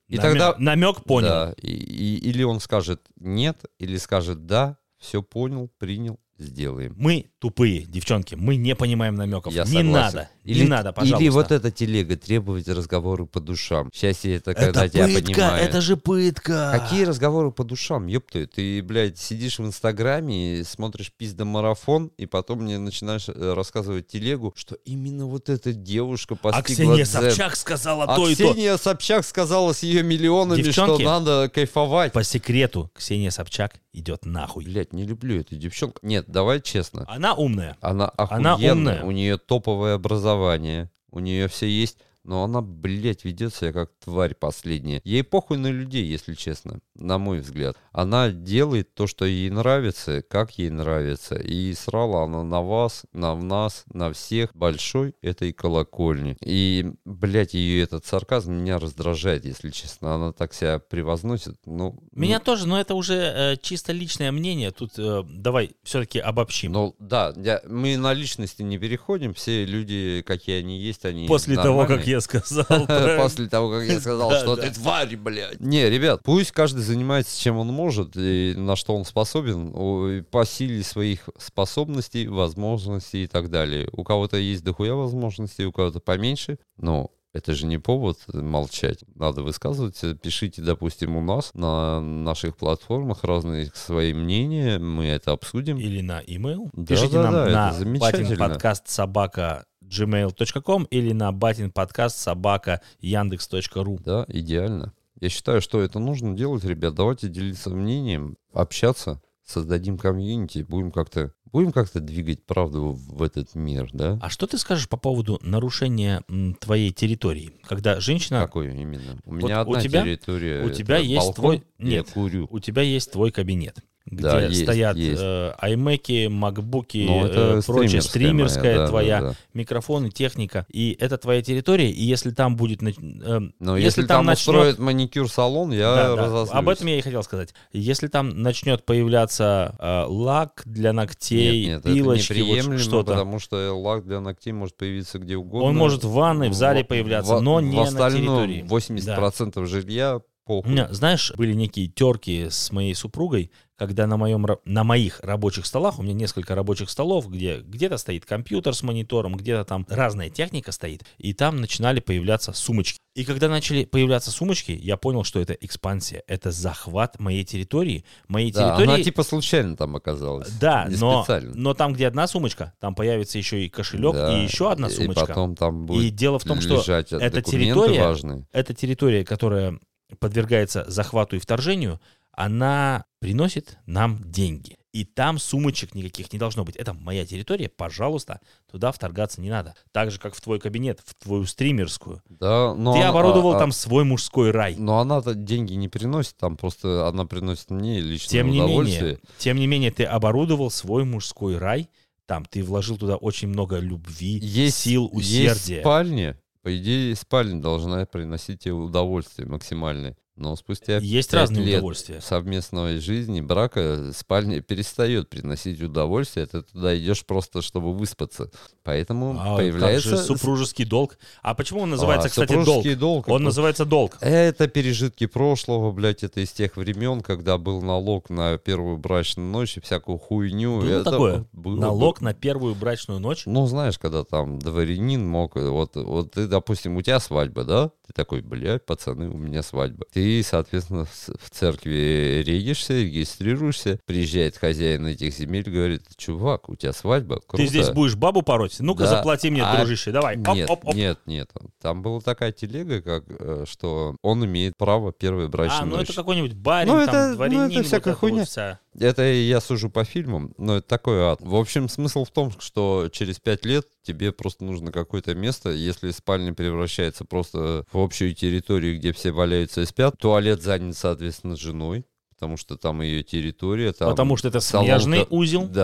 [SPEAKER 1] И
[SPEAKER 2] Намё-
[SPEAKER 1] тогда...
[SPEAKER 2] Намек понял.
[SPEAKER 1] Да, и- и- или он скажет нет, или скажет да, все понял, принял, сделаем.
[SPEAKER 2] Мы тупые, девчонки, мы не понимаем намеков.
[SPEAKER 1] Я
[SPEAKER 2] не
[SPEAKER 1] согласен.
[SPEAKER 2] надо,
[SPEAKER 1] Или,
[SPEAKER 2] не надо, пожалуйста.
[SPEAKER 1] Или вот эта телега требовать разговоры по душам. Счастье это когда
[SPEAKER 2] это
[SPEAKER 1] тебя
[SPEAKER 2] пытка,
[SPEAKER 1] понимают.
[SPEAKER 2] это же пытка.
[SPEAKER 1] Какие разговоры по душам, ёпты? Ты, блядь, сидишь в Инстаграме и смотришь пиздомарафон, и потом мне начинаешь э, рассказывать телегу, что именно вот эта девушка
[SPEAKER 2] А
[SPEAKER 1] постигла
[SPEAKER 2] Ксения
[SPEAKER 1] дзен.
[SPEAKER 2] Собчак сказала
[SPEAKER 1] А
[SPEAKER 2] то и то.
[SPEAKER 1] Ксения Собчак сказала с ее миллионами,
[SPEAKER 2] Девчонки,
[SPEAKER 1] что надо кайфовать.
[SPEAKER 2] По секрету, Ксения Собчак идет нахуй.
[SPEAKER 1] Блядь, не люблю эту девчонку. Нет, давай честно.
[SPEAKER 2] Она умная.
[SPEAKER 1] Она
[SPEAKER 2] Она
[SPEAKER 1] охуенная,
[SPEAKER 2] умная.
[SPEAKER 1] у нее топовое образование, у нее все есть, но она, блядь, ведет себя как тварь последняя. Ей похуй на людей, если честно, на мой взгляд. Она делает то, что ей нравится, как ей нравится, и срала она на вас, на нас, на всех большой этой колокольни. И, блядь, ее этот сарказм меня раздражает, если честно. Она так себя превозносит, ну...
[SPEAKER 2] Меня
[SPEAKER 1] ну,
[SPEAKER 2] тоже, но это уже э, чисто личное мнение. Тут э, давай все-таки обобщим.
[SPEAKER 1] Ну, да, я- мы на личности не переходим, все люди, какие они есть, они
[SPEAKER 2] После того,
[SPEAKER 1] нормальные.
[SPEAKER 2] как я сказал. правильно?
[SPEAKER 1] После того, как я сказал,
[SPEAKER 2] Да,
[SPEAKER 1] что
[SPEAKER 2] да.
[SPEAKER 1] ты тварь, блядь. Не, ребят, пусть каждый занимается чем он может и на что он способен, о, по силе своих способностей, возможностей и так далее. У кого-то есть дохуя возможностей, у кого-то поменьше, но это же не повод молчать. Надо высказываться. Пишите, допустим, у нас на наших платформах разные свои мнения, мы это обсудим.
[SPEAKER 2] Или на email.
[SPEAKER 1] Да,
[SPEAKER 2] Пишите
[SPEAKER 1] да,
[SPEAKER 2] нам
[SPEAKER 1] да, это
[SPEAKER 2] на
[SPEAKER 1] замечательно.
[SPEAKER 2] батинподкаст собака gmail точка ком или на батинподкаст собака яндекс точка ру.
[SPEAKER 1] Да, идеально. Я считаю, что это нужно делать, ребят. Давайте делиться мнением, общаться, создадим комьюнити, будем как-то будем как-то двигать правду в этот мир, да?
[SPEAKER 2] А что ты скажешь по поводу нарушения м, твоей территории? Когда женщина...
[SPEAKER 1] Какой именно? У
[SPEAKER 2] Вот
[SPEAKER 1] меня
[SPEAKER 2] у
[SPEAKER 1] одна
[SPEAKER 2] тебя-
[SPEAKER 1] территория.
[SPEAKER 2] у тебя
[SPEAKER 1] это
[SPEAKER 2] есть
[SPEAKER 1] балкон,
[SPEAKER 2] твой-
[SPEAKER 1] где я
[SPEAKER 2] Нет.
[SPEAKER 1] курю.
[SPEAKER 2] У тебя есть твой кабинет, где
[SPEAKER 1] Да, есть,
[SPEAKER 2] стоят
[SPEAKER 1] есть.
[SPEAKER 2] э, аймэки, макбуки,
[SPEAKER 1] Ну, это
[SPEAKER 2] э, прочее,
[SPEAKER 1] стримерская
[SPEAKER 2] стримерская
[SPEAKER 1] моя, да,
[SPEAKER 2] твоя,
[SPEAKER 1] да, да.
[SPEAKER 2] микрофоны, техника. И это твоя территория, и если там будет... нач- э,
[SPEAKER 1] Но если, там
[SPEAKER 2] начнет-
[SPEAKER 1] устроят маникюр-салон, я
[SPEAKER 2] Да, да.
[SPEAKER 1] разозлюсь.
[SPEAKER 2] Об этом я и хотел сказать. Если там начнет появляться э, лак для ногтей,
[SPEAKER 1] Нет, нет,
[SPEAKER 2] пилочки,
[SPEAKER 1] это
[SPEAKER 2] вот
[SPEAKER 1] неприемлемо,
[SPEAKER 2] что-то,
[SPEAKER 1] потому что лак для ногтей может появиться где угодно.
[SPEAKER 2] он может в ванной, в зале
[SPEAKER 1] В-
[SPEAKER 2] появляться,
[SPEAKER 1] в-
[SPEAKER 2] но
[SPEAKER 1] в
[SPEAKER 2] не на
[SPEAKER 1] остальном
[SPEAKER 2] территории.
[SPEAKER 1] восемьдесят процентов жилья похуй.
[SPEAKER 2] У меня, знаешь, были некие терки с моей супругой, когда на, моем, ра- на моих рабочих столах, у меня несколько рабочих столов, где где-то стоит компьютер с монитором, где-то там разная техника стоит, и там начинали появляться сумочки. И когда начали появляться сумочки, я понял, что это экспансия, это захват моей территории. Моей
[SPEAKER 1] Да,
[SPEAKER 2] территории...
[SPEAKER 1] она типа случайно там оказалась.
[SPEAKER 2] Да,
[SPEAKER 1] не
[SPEAKER 2] но,
[SPEAKER 1] специально.
[SPEAKER 2] но там, где одна сумочка, там появится еще и кошелек,
[SPEAKER 1] Да,
[SPEAKER 2] и еще одна
[SPEAKER 1] и
[SPEAKER 2] сумочка.
[SPEAKER 1] потом там будет
[SPEAKER 2] И дело в том, что
[SPEAKER 1] лежать
[SPEAKER 2] эта
[SPEAKER 1] документы
[SPEAKER 2] территория,
[SPEAKER 1] важные.
[SPEAKER 2] эта территория, которая подвергается захвату и вторжению, она приносит нам деньги. И там сумочек никаких не должно быть. Это моя территория, пожалуйста, туда вторгаться не надо. Так же, как в твой кабинет, в твою стримерскую.
[SPEAKER 1] Да, но
[SPEAKER 2] Ты
[SPEAKER 1] она-
[SPEAKER 2] оборудовал
[SPEAKER 1] а-
[SPEAKER 2] там свой мужской рай.
[SPEAKER 1] Но она-то деньги не приносит, там просто она приносит мне личное
[SPEAKER 2] Тем не
[SPEAKER 1] удовольствие.
[SPEAKER 2] менее, тем не менее, ты оборудовал свой мужской рай. Там ты вложил туда очень много любви,
[SPEAKER 1] Есть,
[SPEAKER 2] сил, усердия.
[SPEAKER 1] есть спальня, по идее, спальня должна приносить тебе удовольствие максимальное. Но спустя
[SPEAKER 2] Есть
[SPEAKER 1] пять
[SPEAKER 2] разные
[SPEAKER 1] лет
[SPEAKER 2] удовольствия.
[SPEAKER 1] совместной жизни, брака, спальня перестает приносить удовольствие. Ты туда идешь просто, чтобы выспаться. Поэтому
[SPEAKER 2] А
[SPEAKER 1] появляется...
[SPEAKER 2] как же супружеский долг. А почему он называется,
[SPEAKER 1] А,
[SPEAKER 2] кстати, долг?
[SPEAKER 1] супружеский долг.
[SPEAKER 2] Он
[SPEAKER 1] это-
[SPEAKER 2] называется долг.
[SPEAKER 1] Это пережитки прошлого, блядь, это из тех времен, когда был налог на первую брачную ночь и всякую хуйню.
[SPEAKER 2] Было
[SPEAKER 1] Это
[SPEAKER 2] такое?
[SPEAKER 1] было,
[SPEAKER 2] Налог
[SPEAKER 1] было.
[SPEAKER 2] на первую брачную ночь?
[SPEAKER 1] Ну, знаешь, когда там дворянин мог... Вот, вот ты, допустим, у тебя свадьба, да? Ты такой, блядь, пацаны, у меня свадьба. Ты, соответственно, в в церкви регишься, регистрируешься, приезжает хозяин этих земель, говорит, чувак, у тебя свадьба, круто.
[SPEAKER 2] Ты здесь будешь бабу пороть? Ну-ка,
[SPEAKER 1] Да.
[SPEAKER 2] заплати мне,
[SPEAKER 1] А-
[SPEAKER 2] дружище, давай. Оп,
[SPEAKER 1] Нет,
[SPEAKER 2] оп, оп.
[SPEAKER 1] нет, нет. Там была такая телега, как, э, что он имеет право первой брачной
[SPEAKER 2] А, ну
[SPEAKER 1] ночи.
[SPEAKER 2] это какой-нибудь барин,
[SPEAKER 1] Ну,
[SPEAKER 2] там,
[SPEAKER 1] это- ну,
[SPEAKER 2] дворянин,
[SPEAKER 1] это
[SPEAKER 2] вот
[SPEAKER 1] всякая
[SPEAKER 2] это вот
[SPEAKER 1] хуйня.
[SPEAKER 2] вся.
[SPEAKER 1] Это я сужу по фильмам, но это такой ад. В общем, смысл в том, что через пять лет тебе просто нужно какое-то место. Если спальня превращается просто в общую территорию, где все валяются и спят, туалет занят, соответственно, женой, потому что там ее территория. Там
[SPEAKER 2] Потому что это
[SPEAKER 1] салон
[SPEAKER 2] смежный
[SPEAKER 1] ко-
[SPEAKER 2] узел.
[SPEAKER 1] Да,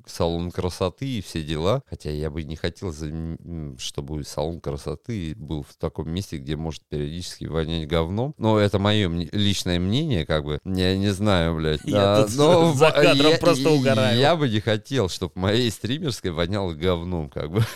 [SPEAKER 1] салон красоты и все дела. Хотя я бы не хотел, чтобы салон красоты был в таком месте, где может периодически вонять говном. Но это мое личное мнение, как бы. Я не знаю, блядь.
[SPEAKER 2] Я тут за кадром просто угораю.
[SPEAKER 1] Я бы не хотел, чтобы в моей стримерской воняло говном, как бы.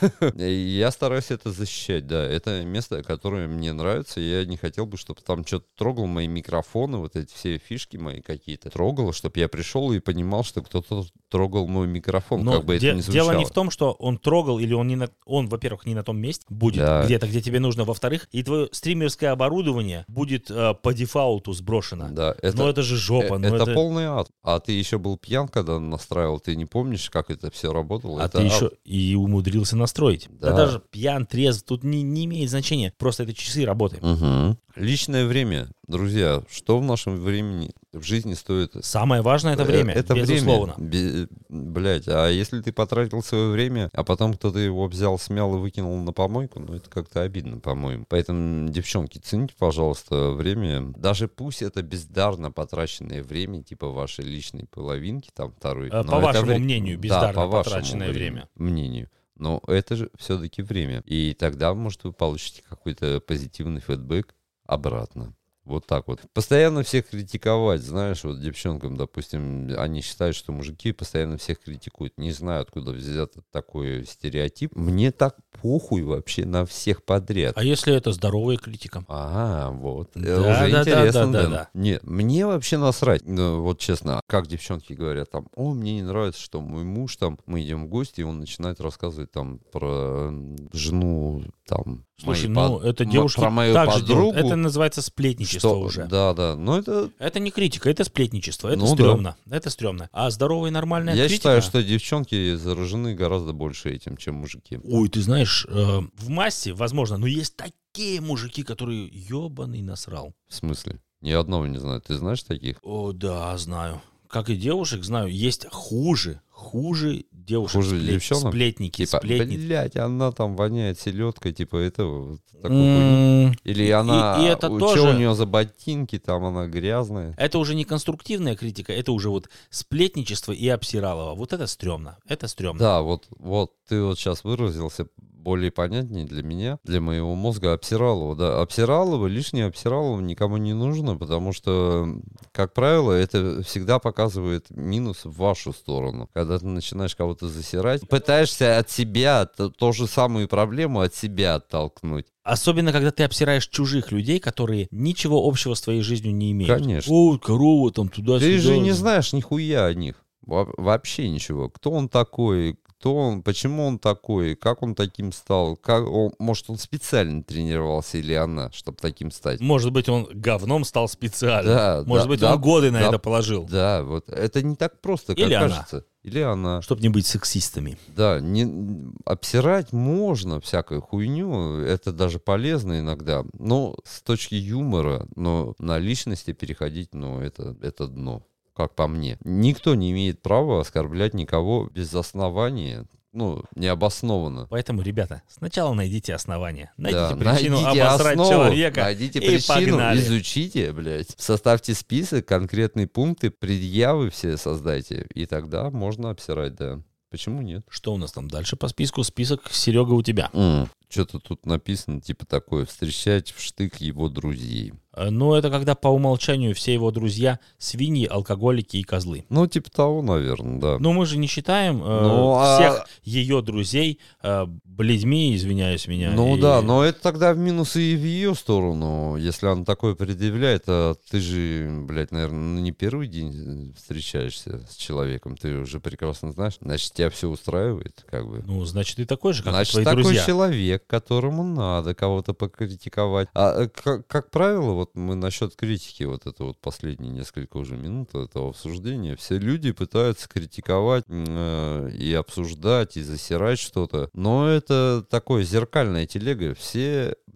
[SPEAKER 1] Я стараюсь это защищать, да. Это место, которое мне нравится. Я не хотел бы, чтобы там что-то трогал мои микрофоны, вот эти все фишки мои какие-то трогало, чтобы я пришел и понимал, что кто-то трогал мой микрофон,
[SPEAKER 2] Но
[SPEAKER 1] как бы
[SPEAKER 2] де-
[SPEAKER 1] это ни звучало.
[SPEAKER 2] Дело не в том, что он трогал, или он, не на... он во-первых, не на том месте будет,
[SPEAKER 1] Да.
[SPEAKER 2] где-то, где тебе нужно, во-вторых, и твое стримерское оборудование будет э, по дефауту сброшено.
[SPEAKER 1] Да, это,
[SPEAKER 2] Но это же жопа.
[SPEAKER 1] э-
[SPEAKER 2] но
[SPEAKER 1] это,
[SPEAKER 2] это
[SPEAKER 1] полный ад. А ты еще был пьян, когда настраивал, ты не помнишь, как это все работало?
[SPEAKER 2] А
[SPEAKER 1] это
[SPEAKER 2] ты
[SPEAKER 1] ад.
[SPEAKER 2] еще и умудрился настроить. Да,
[SPEAKER 1] Да.
[SPEAKER 2] даже пьян, трезв, тут не, не имеет значения. Просто это часы работы.
[SPEAKER 1] Мгм. Личное время. Друзья, что в нашем времени, в жизни стоит...
[SPEAKER 2] Самое важное — это время,
[SPEAKER 1] Э, это
[SPEAKER 2] безусловно.
[SPEAKER 1] время. Блять, а если ты потратил свое время, а потом кто-то его взял, смял и выкинул на помойку, ну это как-то обидно, по-моему. Поэтому, девчонки, цените, пожалуйста, время. Даже пусть это бездарно потраченное время, типа вашей личной половинки, там второй.
[SPEAKER 2] Э,
[SPEAKER 1] но
[SPEAKER 2] По
[SPEAKER 1] это
[SPEAKER 2] вашему
[SPEAKER 1] вре-
[SPEAKER 2] мнению,
[SPEAKER 1] Да,
[SPEAKER 2] бездарно
[SPEAKER 1] по вашему
[SPEAKER 2] потраченное
[SPEAKER 1] вре-
[SPEAKER 2] время.
[SPEAKER 1] мнению. Но это же все-таки время. И тогда, может, вы получите какой-то позитивный фидбэк обратно. Вот так вот. Постоянно всех критиковать, знаешь, вот девчонкам, допустим, они считают, что мужики постоянно всех критикуют. Не знаю, откуда взят такой стереотип. Мне так похуй вообще на всех подряд.
[SPEAKER 2] А если это здоровая критика?
[SPEAKER 1] Ага, вот.
[SPEAKER 2] Да,
[SPEAKER 1] Это уже
[SPEAKER 2] да,
[SPEAKER 1] интересно,
[SPEAKER 2] да, да,
[SPEAKER 1] да.
[SPEAKER 2] да.
[SPEAKER 1] Не, мне вообще насрать. Ну, вот честно, как девчонки говорят там, о, мне не нравится, что мой муж там, мы идем в гости, и он начинает рассказывать там про жену там.
[SPEAKER 2] Слушай,
[SPEAKER 1] моей
[SPEAKER 2] ну
[SPEAKER 1] под-
[SPEAKER 2] это
[SPEAKER 1] м-
[SPEAKER 2] девушки
[SPEAKER 1] про мою
[SPEAKER 2] так же делают.
[SPEAKER 1] подругу.
[SPEAKER 2] Это называется сплетничество
[SPEAKER 1] Что?
[SPEAKER 2] уже.
[SPEAKER 1] Да, да. Но это
[SPEAKER 2] Это не критика, это сплетничество. Это
[SPEAKER 1] Ну да.
[SPEAKER 2] стрёмно. Это стрёмно. А здоровая и нормальная
[SPEAKER 1] Я
[SPEAKER 2] критика...
[SPEAKER 1] считаю, что девчонки заражены гораздо больше этим, чем мужики.
[SPEAKER 2] Ой, ты знаешь, э, в массе, возможно, но есть такие мужики, которые ёбаный насрал.
[SPEAKER 1] В смысле? Ни одного не знаю. Ты знаешь таких?
[SPEAKER 2] О, да, знаю. Как и девушек, знаю, есть хуже, хуже девушек.
[SPEAKER 1] Хуже
[SPEAKER 2] сплет-
[SPEAKER 1] девчонок?
[SPEAKER 2] Сплетники,
[SPEAKER 1] Типа,
[SPEAKER 2] сплетницы.
[SPEAKER 1] блядь, она там воняет селедкой, типа этого. Вот такой хуйни.
[SPEAKER 2] М,
[SPEAKER 1] Или она,
[SPEAKER 2] и это
[SPEAKER 1] у-
[SPEAKER 2] тоже-
[SPEAKER 1] что у нее за ботинки, там она грязная.
[SPEAKER 2] Это уже не конструктивная критика, это уже вот сплетничество и обсиралово. Вот это стрёмно, это стрёмно.
[SPEAKER 1] Да, вот, вот ты вот сейчас выразился более понятнее для меня, для моего мозга. Обсиралово, да. Обсиралово, лишнее обсиралово никому не нужно, потому что, как правило, это всегда показывает минус в вашу сторону. Когда ты начинаешь кого-то засирать, пытаешься от себя, то, ту же самую проблему от себя оттолкнуть.
[SPEAKER 2] Особенно, когда ты обсираешь чужих людей, которые ничего общего с твоей жизнью не имеют.
[SPEAKER 1] Конечно.
[SPEAKER 2] О, корова там туда-сюда.
[SPEAKER 1] Ты же не знаешь нихуя о них. Во- Вообще ничего. Кто он такой, кто он, почему он такой, как он таким стал, как он, может, он специально тренировался или она, чтобы таким стать.
[SPEAKER 2] Может быть, он говном стал специально.
[SPEAKER 1] Да,
[SPEAKER 2] Может
[SPEAKER 1] да,
[SPEAKER 2] быть,
[SPEAKER 1] да,
[SPEAKER 2] он годы на
[SPEAKER 1] да.
[SPEAKER 2] это положил.
[SPEAKER 1] Да, вот это не так просто, как
[SPEAKER 2] Или она.
[SPEAKER 1] кажется. Или она.
[SPEAKER 2] Чтобы не быть сексистами.
[SPEAKER 1] Да, не, обсирать можно всякую хуйню, это даже полезно иногда, но с точки юмора, но на личности переходить, ну, это, это дно. Как по мне. Никто не имеет права оскорблять никого без основания, ну, необоснованно.
[SPEAKER 2] Поэтому, ребята, сначала найдите основания. Найдите
[SPEAKER 1] Да,
[SPEAKER 2] причину
[SPEAKER 1] найдите
[SPEAKER 2] обосрать
[SPEAKER 1] основу,
[SPEAKER 2] человека
[SPEAKER 1] найдите
[SPEAKER 2] и
[SPEAKER 1] причину,
[SPEAKER 2] погнали.
[SPEAKER 1] изучите, блядь. Составьте список, конкретные пункты, предъявы все создайте, и тогда можно обсирать, да. Почему нет?
[SPEAKER 2] Что у нас там дальше по списку? Список, Серега, у тебя.
[SPEAKER 1] М, Что-то тут написано, типа такое, встречать в штык его друзей.
[SPEAKER 2] Э, Ну, это когда по умолчанию все его друзья свиньи, алкоголики и козлы.
[SPEAKER 1] Ну, типа того, наверное, да.
[SPEAKER 2] Но мы же не считаем э,
[SPEAKER 1] Ну, а-
[SPEAKER 2] всех ее друзей э, бледьми, извиняюсь меня.
[SPEAKER 1] Ну
[SPEAKER 2] и-
[SPEAKER 1] да, но это тогда в минус и в ее сторону. Если она такое предъявляет, а ты же, блядь, наверное, не первый день встречаешься с человеком, ты уже прекрасно знаешь, значит, тебя все устраивает, как бы.
[SPEAKER 2] Ну, значит, ты такой же, как и
[SPEAKER 1] Значит,
[SPEAKER 2] твои
[SPEAKER 1] такой
[SPEAKER 2] друзья.
[SPEAKER 1] человек, которому надо кого-то покритиковать. А э, как, как правило, вот мы насчет критики, вот это вот последние несколько уже минут этого обсуждения, все люди пытаются критиковать э, и обсуждать, и засирать что-то. Но это такое зеркальная телега. Все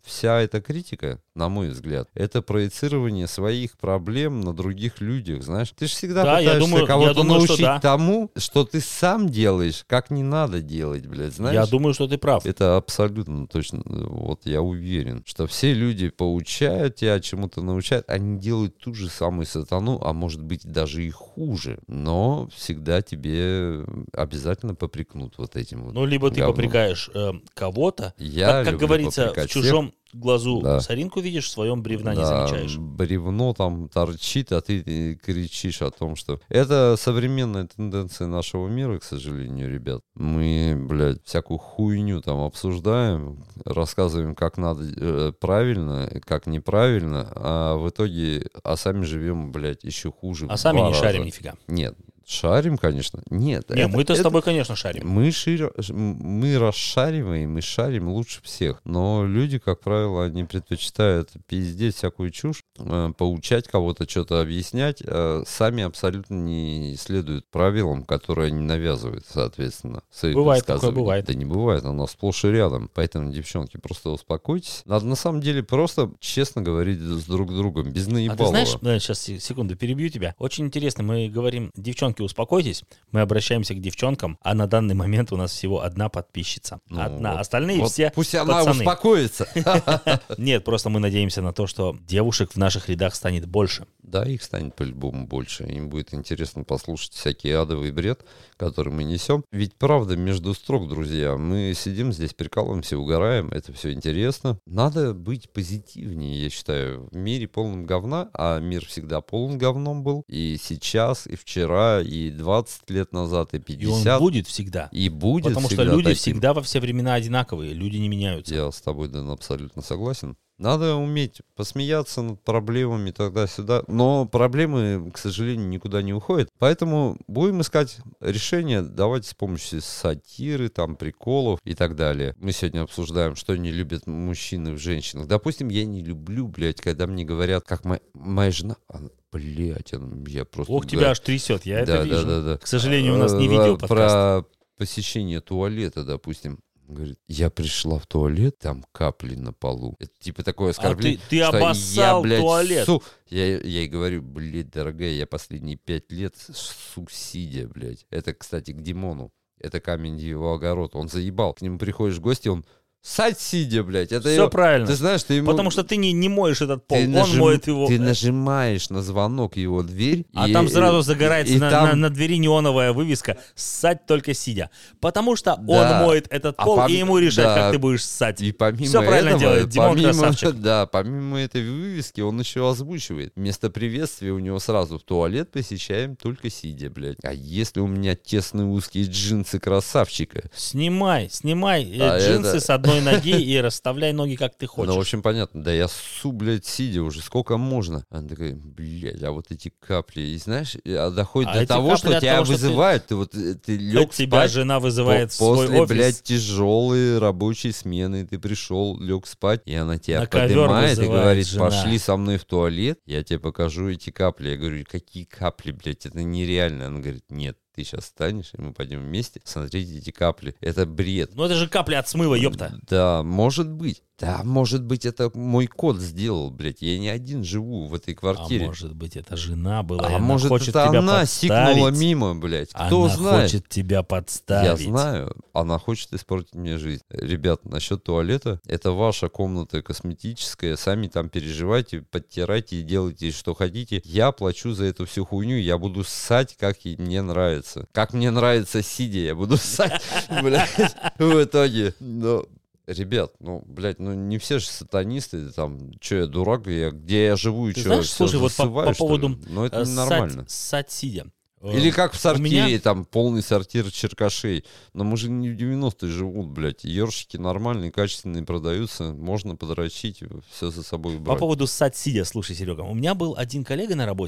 [SPEAKER 1] вся эта критика, на мой взгляд, это проецирование своих проблем на других людях, знаешь. Ты же всегда
[SPEAKER 2] Да, я
[SPEAKER 1] пытаешься
[SPEAKER 2] думаю-
[SPEAKER 1] кого-то
[SPEAKER 2] я думаю, что
[SPEAKER 1] научить
[SPEAKER 2] да.
[SPEAKER 1] тому, что ты сам делаешь, как не надо делать, блядь, знаешь.
[SPEAKER 2] Я думаю, что ты прав.
[SPEAKER 1] Это абсолютно точно. Вот я уверен, что все люди поучают тебя, чему-то научают, они делают ту же самую сатану, а может быть даже и хуже. Но всегда тебе обязательно попрекнут вот этим вот.
[SPEAKER 2] Ну, либо ты
[SPEAKER 1] говном.
[SPEAKER 2] попрекаешь э, кого-то,
[SPEAKER 1] Я
[SPEAKER 2] как, как
[SPEAKER 1] люблю
[SPEAKER 2] говорится, в
[SPEAKER 1] попрекать
[SPEAKER 2] чужом глазу
[SPEAKER 1] Да.
[SPEAKER 2] соринку видишь, в своем бревна не
[SPEAKER 1] Да,
[SPEAKER 2] замечаешь.
[SPEAKER 1] бревно там торчит, а ты э, кричишь о том, что... Это современная тенденция нашего мира, к сожалению, ребят. Мы, блядь, всякую хуйню там обсуждаем, рассказываем, как надо э, правильно, как неправильно, а в итоге, а сами живем, блядь, еще хуже.
[SPEAKER 2] А
[SPEAKER 1] в
[SPEAKER 2] сами
[SPEAKER 1] два
[SPEAKER 2] не
[SPEAKER 1] раза.
[SPEAKER 2] шарим нифига.
[SPEAKER 1] Нет, шарим, конечно. Нет.
[SPEAKER 2] Не,
[SPEAKER 1] это-
[SPEAKER 2] мы-то с
[SPEAKER 1] это-
[SPEAKER 2] тобой, конечно, шарим.
[SPEAKER 1] Мы, широ- ш- мы расшариваем, мы шарим лучше всех. Но люди, как правило, они предпочитают пиздеть всякую чушь, э, поучать кого-то, что-то объяснять, а сами абсолютно не следуют правилам, которые они навязывают, соответственно. в своих
[SPEAKER 2] Бывает такое,
[SPEAKER 1] высказываниях.
[SPEAKER 2] бывает.
[SPEAKER 1] Да не бывает, оно сплошь и рядом. Поэтому, девчонки, просто успокойтесь. Надо на самом деле просто честно говорить с друг другом, без
[SPEAKER 2] А
[SPEAKER 1] наебалова.
[SPEAKER 2] ты знаешь, да, сейчас секунду перебью тебя. Очень интересно, мы говорим, девчонки, успокойтесь, мы обращаемся к девчонкам, а на данный момент у нас всего одна подписчица.
[SPEAKER 1] Ну
[SPEAKER 2] одна,
[SPEAKER 1] вот.
[SPEAKER 2] остальные
[SPEAKER 1] Вот
[SPEAKER 2] все
[SPEAKER 1] пусть она
[SPEAKER 2] пацаны.
[SPEAKER 1] успокоится.
[SPEAKER 2] Нет, просто мы надеемся на то, что девушек в наших рядах станет больше.
[SPEAKER 1] Да, их станет по-любому больше. Им будет интересно послушать всякий адовый бред, который мы несем. Ведь правда, между строк, друзья, мы сидим здесь, прикалываемся, угораем, это все интересно. Надо быть позитивнее, я считаю. В мире полном говна, а мир всегда полон говном был. И сейчас, и вчера, и двадцать лет назад, и
[SPEAKER 2] И
[SPEAKER 1] пятьдесят.
[SPEAKER 2] он будет всегда.
[SPEAKER 1] И будет
[SPEAKER 2] Потому что
[SPEAKER 1] всегда
[SPEAKER 2] люди
[SPEAKER 1] таким.
[SPEAKER 2] всегда во все времена одинаковые, люди не меняются.
[SPEAKER 1] Я с тобой, Дэн, абсолютно согласен. Надо уметь посмеяться над проблемами тогда-сюда. Но проблемы, к сожалению, никуда не уходят. Поэтому будем искать решения. Давайте с помощью сатиры, там, приколов и так далее. Мы сегодня обсуждаем, что не любят мужчины в женщинах. Допустим, я не люблю, блядь, когда мне говорят, как моя, моя жена... Она, блядь, она- я просто...
[SPEAKER 2] Ох, тебя аж трясет, я это
[SPEAKER 1] Да,
[SPEAKER 2] вижу.
[SPEAKER 1] да, да, да.
[SPEAKER 2] К сожалению, у нас не
[SPEAKER 1] Э,
[SPEAKER 2] видеоподкаст.
[SPEAKER 1] Про посещение туалета, допустим. Говорит, я пришла в туалет, там капли на полу. Это типа такое оскорбление.
[SPEAKER 2] ты- ты
[SPEAKER 1] что
[SPEAKER 2] обоссал
[SPEAKER 1] я, блядь,
[SPEAKER 2] туалет.
[SPEAKER 1] Су... Я, я ей говорю, блядь, дорогая, я последние пять лет су сидя, блядь. Это, кстати, к Димону. Это камень его огород. Он заебал. К нему приходишь в гости, он ссать сидя, блядь. Это
[SPEAKER 2] Все
[SPEAKER 1] его-
[SPEAKER 2] правильно.
[SPEAKER 1] Ты знаешь, ты ему...
[SPEAKER 2] Потому что ты не, не моешь этот пол,
[SPEAKER 1] ты
[SPEAKER 2] он
[SPEAKER 1] нажим-
[SPEAKER 2] моет его.
[SPEAKER 1] Ты нажимаешь на звонок его дверь.
[SPEAKER 2] А
[SPEAKER 1] и-
[SPEAKER 2] там сразу
[SPEAKER 1] и-
[SPEAKER 2] загорается
[SPEAKER 1] и
[SPEAKER 2] на,
[SPEAKER 1] там-
[SPEAKER 2] на- на двери неоновая вывеска «Ссать только сидя». Потому что
[SPEAKER 1] Да.
[SPEAKER 2] он моет этот
[SPEAKER 1] А
[SPEAKER 2] пол,
[SPEAKER 1] пом-
[SPEAKER 2] и ему решать,
[SPEAKER 1] да.
[SPEAKER 2] как ты будешь ссать.
[SPEAKER 1] И помимо
[SPEAKER 2] Всё правильно
[SPEAKER 1] этого,
[SPEAKER 2] делает, Димон
[SPEAKER 1] помимо,
[SPEAKER 2] красавчик.
[SPEAKER 1] да, помимо этой вывески, он еще озвучивает. Вместо приветствия у него сразу в туалет посещаем только сидя, блядь. А если у меня тесные узкие джинсы красавчика?
[SPEAKER 2] Снимай, снимай э,
[SPEAKER 1] А
[SPEAKER 2] джинсы
[SPEAKER 1] это-
[SPEAKER 2] с одной ноги и расставляй ноги, как ты хочешь.
[SPEAKER 1] Ну, в общем, понятно. Да я ссу, блядь, сидя уже, сколько можно? Она такая, блядь, а вот эти капли. И знаешь, а доходит
[SPEAKER 2] А
[SPEAKER 1] до
[SPEAKER 2] эти
[SPEAKER 1] того,
[SPEAKER 2] капли
[SPEAKER 1] что
[SPEAKER 2] от
[SPEAKER 1] тебя
[SPEAKER 2] того, что ты-
[SPEAKER 1] вызывают. Ты, вот, э, ты лег
[SPEAKER 2] Тебя
[SPEAKER 1] спать.
[SPEAKER 2] жена вызывает в
[SPEAKER 1] По-
[SPEAKER 2] свой
[SPEAKER 1] После,
[SPEAKER 2] офис.
[SPEAKER 1] блядь, тяжелой рабочей смены ты пришел, лег спать, и она тебя
[SPEAKER 2] На ковер
[SPEAKER 1] поднимает и
[SPEAKER 2] вызывает
[SPEAKER 1] говорит,
[SPEAKER 2] жена.
[SPEAKER 1] пошли со мной в туалет, я тебе покажу эти капли. Я говорю, какие капли, блядь, это нереально. Она говорит, нет, ты сейчас встанешь, и мы пойдем вместе смотреть эти капли. Это бред.
[SPEAKER 2] Ну это же капли от смыва, ёпта.
[SPEAKER 1] Да, может быть. Да, может быть, это мой кот сделал, блядь. Я не один живу в этой
[SPEAKER 2] А
[SPEAKER 1] квартире.
[SPEAKER 2] может быть, это жена была, и
[SPEAKER 1] А
[SPEAKER 2] она
[SPEAKER 1] может,
[SPEAKER 2] хочет
[SPEAKER 1] это
[SPEAKER 2] тебя
[SPEAKER 1] она
[SPEAKER 2] подставить.
[SPEAKER 1] сикнула мимо, блядь. Кто
[SPEAKER 2] Она
[SPEAKER 1] знает?
[SPEAKER 2] хочет тебя
[SPEAKER 1] Я
[SPEAKER 2] подставить.
[SPEAKER 1] знаю, она хочет испортить мне жизнь. Ребят, насчет туалета, это ваша комната косметическая, сами там переживайте, подтирайте и делайте, что хотите. Я плачу за эту всю хуйню, я буду ссать, как и мне нравится. Как мне нравится сидя, я буду ссать, блядь, в итоге. Но... Ребят, ну, блядь, ну не все же сатанисты, там, что я дурак, я, где я живу и
[SPEAKER 2] Ты
[SPEAKER 1] что,
[SPEAKER 2] знаешь,
[SPEAKER 1] всё
[SPEAKER 2] слушай, вот по-
[SPEAKER 1] засываю,
[SPEAKER 2] по
[SPEAKER 1] что ли?
[SPEAKER 2] поводу,
[SPEAKER 1] Ну это
[SPEAKER 2] Э,
[SPEAKER 1] нормально.
[SPEAKER 2] Ссать, ссать сидя.
[SPEAKER 1] Или как в
[SPEAKER 2] У
[SPEAKER 1] сортире,
[SPEAKER 2] меня-
[SPEAKER 1] там полный сортир черкашей. Но мы же не в девяностые живут, блядь. Ёршики нормальные, качественные продаются. Можно подрочить, все за собой
[SPEAKER 2] По
[SPEAKER 1] убрать.
[SPEAKER 2] поводу ссать сидя, слушай, Серега, у меня был один коллега на работе,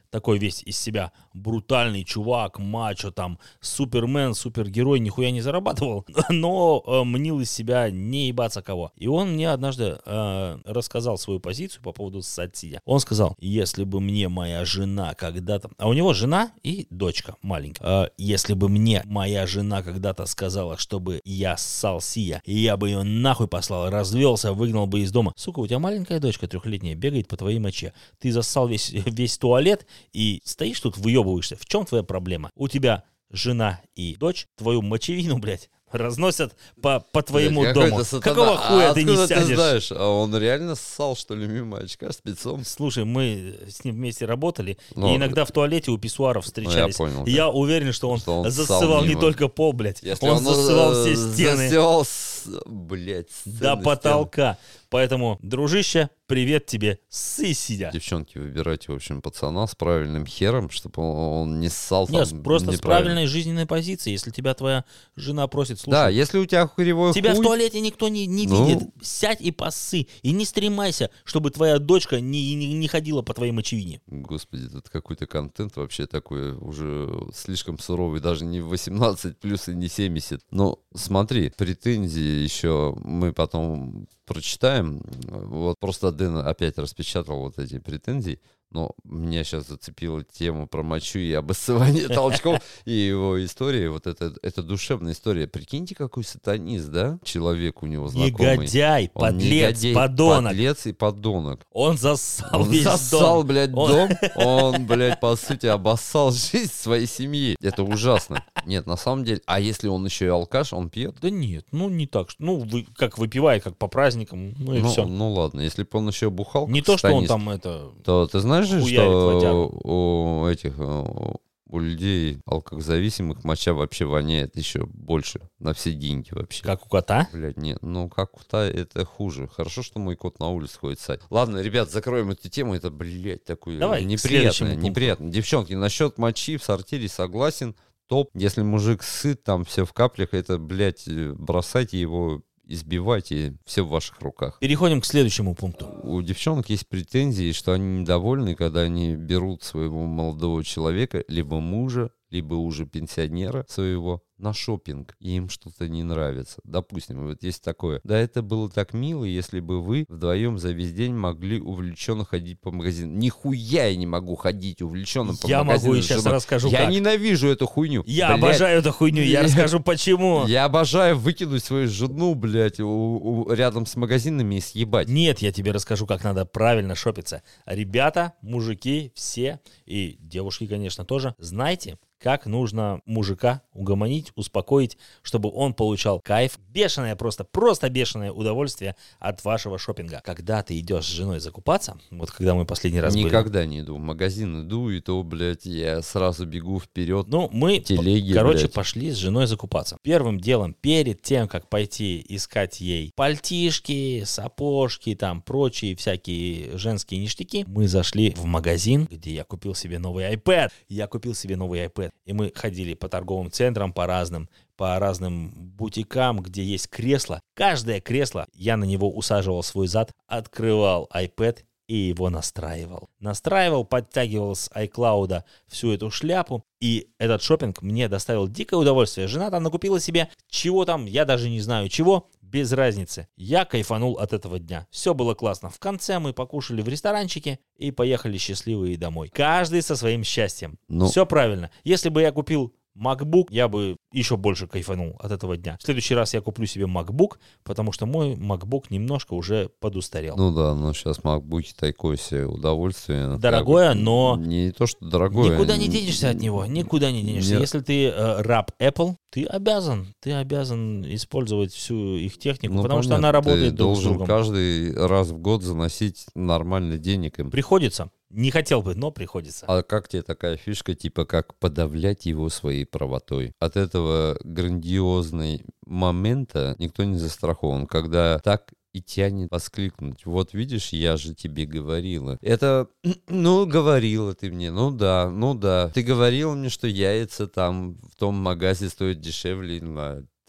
[SPEAKER 2] такой весь из себя брутальный чувак, мачо, там, супермен, супергерой, нихуя не зарабатывал, но э, мнил из себя не ебаться кого. И он мне однажды э, рассказал свою позицию по поводу ссать-сидя. Он сказал, если бы мне моя жена когда-то... А у него жена и дочка маленькая. Э, если бы мне моя жена когда-то сказала, чтобы я ссал сия, и я бы ее нахуй послал, развелся, выгнал бы из дома. Сука, у тебя маленькая дочка трехлетняя бегает по твоей моче. Ты зассал весь, весь туалет и стоишь тут, выебываешься. В чем твоя проблема? У тебя жена и дочь твою мочевину, блядь, разносят по, по твоему
[SPEAKER 1] Блядь,
[SPEAKER 2] дому. Какого хуя
[SPEAKER 1] а
[SPEAKER 2] ты не
[SPEAKER 1] откуда
[SPEAKER 2] сядешь?
[SPEAKER 1] Ты знаешь, а он реально ссал, что ли, мимо очка спецом?
[SPEAKER 2] Слушай, мы с ним вместе работали,
[SPEAKER 1] Но...
[SPEAKER 2] и иногда в туалете у писсуаров встречались.
[SPEAKER 1] Ну, я понял,
[SPEAKER 2] я
[SPEAKER 1] да.
[SPEAKER 2] уверен, что он,
[SPEAKER 1] что он
[SPEAKER 2] засывал не
[SPEAKER 1] мимо.
[SPEAKER 2] только пол, блядь.
[SPEAKER 1] Если
[SPEAKER 2] он,
[SPEAKER 1] он
[SPEAKER 2] засывал
[SPEAKER 1] э,
[SPEAKER 2] все стены.
[SPEAKER 1] Засевал, с... блядь, сцены,
[SPEAKER 2] До
[SPEAKER 1] стены.
[SPEAKER 2] потолка. Поэтому, дружище, привет тебе, ссы сидя.
[SPEAKER 1] Девчонки, выбирайте, в общем, пацана с правильным хером, чтобы он, он не ссал
[SPEAKER 2] Нет,
[SPEAKER 1] там
[SPEAKER 2] просто с
[SPEAKER 1] неправильно.
[SPEAKER 2] правильной жизненной позицией. Если тебя твоя жена просит, слушай,
[SPEAKER 1] Да, если у тебя кривой
[SPEAKER 2] тебя
[SPEAKER 1] хуй...
[SPEAKER 2] в туалете никто не, не
[SPEAKER 1] Ну.
[SPEAKER 2] видит, сядь и поссы. И не стремайся, чтобы твоя дочка не, не, не ходила по твоей мочевине.
[SPEAKER 1] Господи, тут какой-то контент вообще такой уже слишком суровый, даже не восемнадцать плюс и не семьдесят. Но смотри, претензии еще мы потом прочитаем. Вот просто Дэн опять распечатал вот эти претензии. Но меня сейчас зацепила тема про мочу и обоссывание толчков и его история. Вот это, это душевная история. Прикиньте, какой сатанист, да? Человек у него знакомый.
[SPEAKER 2] Негодяй,
[SPEAKER 1] Он
[SPEAKER 2] подлец,
[SPEAKER 1] негодяй,
[SPEAKER 2] подонок.
[SPEAKER 1] Подлец и подонок.
[SPEAKER 2] Он зассал
[SPEAKER 1] Он
[SPEAKER 2] весь
[SPEAKER 1] зассал,
[SPEAKER 2] дом.
[SPEAKER 1] блядь,
[SPEAKER 2] Он-
[SPEAKER 1] дом. Он, блядь, по сути, обоссал жизнь своей семьи. Это ужасно. Нет, на самом деле. А если он еще и алкаш, он пьет?
[SPEAKER 2] Да нет, ну не так. что- Ну, вы, как выпивает, как по праздникам, ну и
[SPEAKER 1] Ну,
[SPEAKER 2] все.
[SPEAKER 1] ну ладно, если бы он еще бухал,
[SPEAKER 2] Не
[SPEAKER 1] как
[SPEAKER 2] то, что он
[SPEAKER 1] сатанист,
[SPEAKER 2] там это...
[SPEAKER 1] то ты знаешь же,
[SPEAKER 2] хуярит
[SPEAKER 1] что
[SPEAKER 2] водяру.
[SPEAKER 1] у этих э, у людей алкозависимых моча вообще воняет еще больше на все деньги вообще.
[SPEAKER 2] Как у кота?
[SPEAKER 1] Блядь, нет, ну как кота это хуже. Хорошо, что мой кот на улице ходит ссать. Ладно, ребят, закроем эту тему. Это, блядь, такое
[SPEAKER 2] Давай к
[SPEAKER 1] неприятное,
[SPEAKER 2] следующему пункту.
[SPEAKER 1] неприятно. Девчонки, насчет мочи в сортире согласен. Топ. Если мужик сыт, там все в каплях, это, блядь, бросайте его, избивайте, все в ваших руках.
[SPEAKER 2] Переходим к следующему пункту.
[SPEAKER 1] У девчонок есть претензии, что они недовольны, когда они берут своего молодого человека, либо мужа, либо уже пенсионера своего, на шопинг, и им что-то не нравится. Допустим, вот есть такое. Да, это было так мило, если бы вы вдвоем за весь день могли увлеченно ходить по магазинам. Нихуя я не могу ходить увлеченно по
[SPEAKER 2] Я
[SPEAKER 1] магазинам.
[SPEAKER 2] могу и сейчас
[SPEAKER 1] с женой.
[SPEAKER 2] расскажу,
[SPEAKER 1] Я
[SPEAKER 2] как.
[SPEAKER 1] ненавижу эту хуйню.
[SPEAKER 2] Я
[SPEAKER 1] Блядь.
[SPEAKER 2] обожаю эту хуйню, я
[SPEAKER 1] Я-
[SPEAKER 2] расскажу почему.
[SPEAKER 1] Я обожаю выкинуть свою жену, блядь, у- у- рядом с магазинами и съебать.
[SPEAKER 2] Нет, я тебе расскажу, как надо правильно шопиться. Ребята, мужики, все, и девушки, конечно, тоже, знайте, как нужно мужика угомонить, успокоить, чтобы он получал кайф, бешеное просто, просто бешеное удовольствие от вашего шопинга. Когда ты идешь с женой закупаться, вот когда мы последний раз были,
[SPEAKER 1] Никогда не иду. В магазин иду, и то, блядь, я сразу бегу вперед.
[SPEAKER 2] ну, мы,
[SPEAKER 1] Телеги,
[SPEAKER 2] короче,
[SPEAKER 1] блядь.
[SPEAKER 2] пошли с женой закупаться. Первым делом, перед тем, как пойти искать ей пальтишки, сапожки, там, прочие всякие женские ништяки, мы зашли в магазин, где я купил себе новый iPad. Я купил себе новый iPad. И мы ходили по торговым центрам, по разным, по разным бутикам, где есть кресла. Каждое кресло, я на него усаживал свой зад, открывал iPad и его настраивал. Настраивал, подтягивал с iCloud всю эту шляпу. И этот шопинг мне доставил дикое удовольствие. Жена там накупила себе чего там, я даже не знаю чего, без разницы. Я кайфанул от этого дня. Все было классно. В конце мы покушали в ресторанчике и поехали счастливые домой. Каждый со своим счастьем.
[SPEAKER 1] Ну.
[SPEAKER 2] Все правильно. Если бы я купил MacBook, я бы еще больше кайфанул от этого дня. В следующий раз я куплю себе MacBook, потому что мой MacBook немножко уже подустарел.
[SPEAKER 1] Ну да, но сейчас макбуки такое себе удовольствие.
[SPEAKER 2] Дорогое,
[SPEAKER 1] Как бы,
[SPEAKER 2] но
[SPEAKER 1] Не то, что дорогое.
[SPEAKER 2] никуда не денешься от него, никуда не денешься.
[SPEAKER 1] Нет.
[SPEAKER 2] Если ты э, раб Apple, ты обязан, ты обязан использовать всю их технику,
[SPEAKER 1] Ну,
[SPEAKER 2] потому что
[SPEAKER 1] понятно,
[SPEAKER 2] она работает
[SPEAKER 1] ты
[SPEAKER 2] друг с
[SPEAKER 1] должен
[SPEAKER 2] другом.
[SPEAKER 1] каждый раз в год заносить нормально денег им.
[SPEAKER 2] Приходится. Не хотел бы, но приходится.
[SPEAKER 1] А как тебе такая фишка, типа как подавлять его своей правотой? От этого грандиозной момента никто не застрахован, когда так и тянет воскликнуть. Вот видишь, я же тебе говорила. Это, ну, говорила ты мне, ну да, ну да. Ты говорила мне, что яйца там в том магазе стоят дешевле на там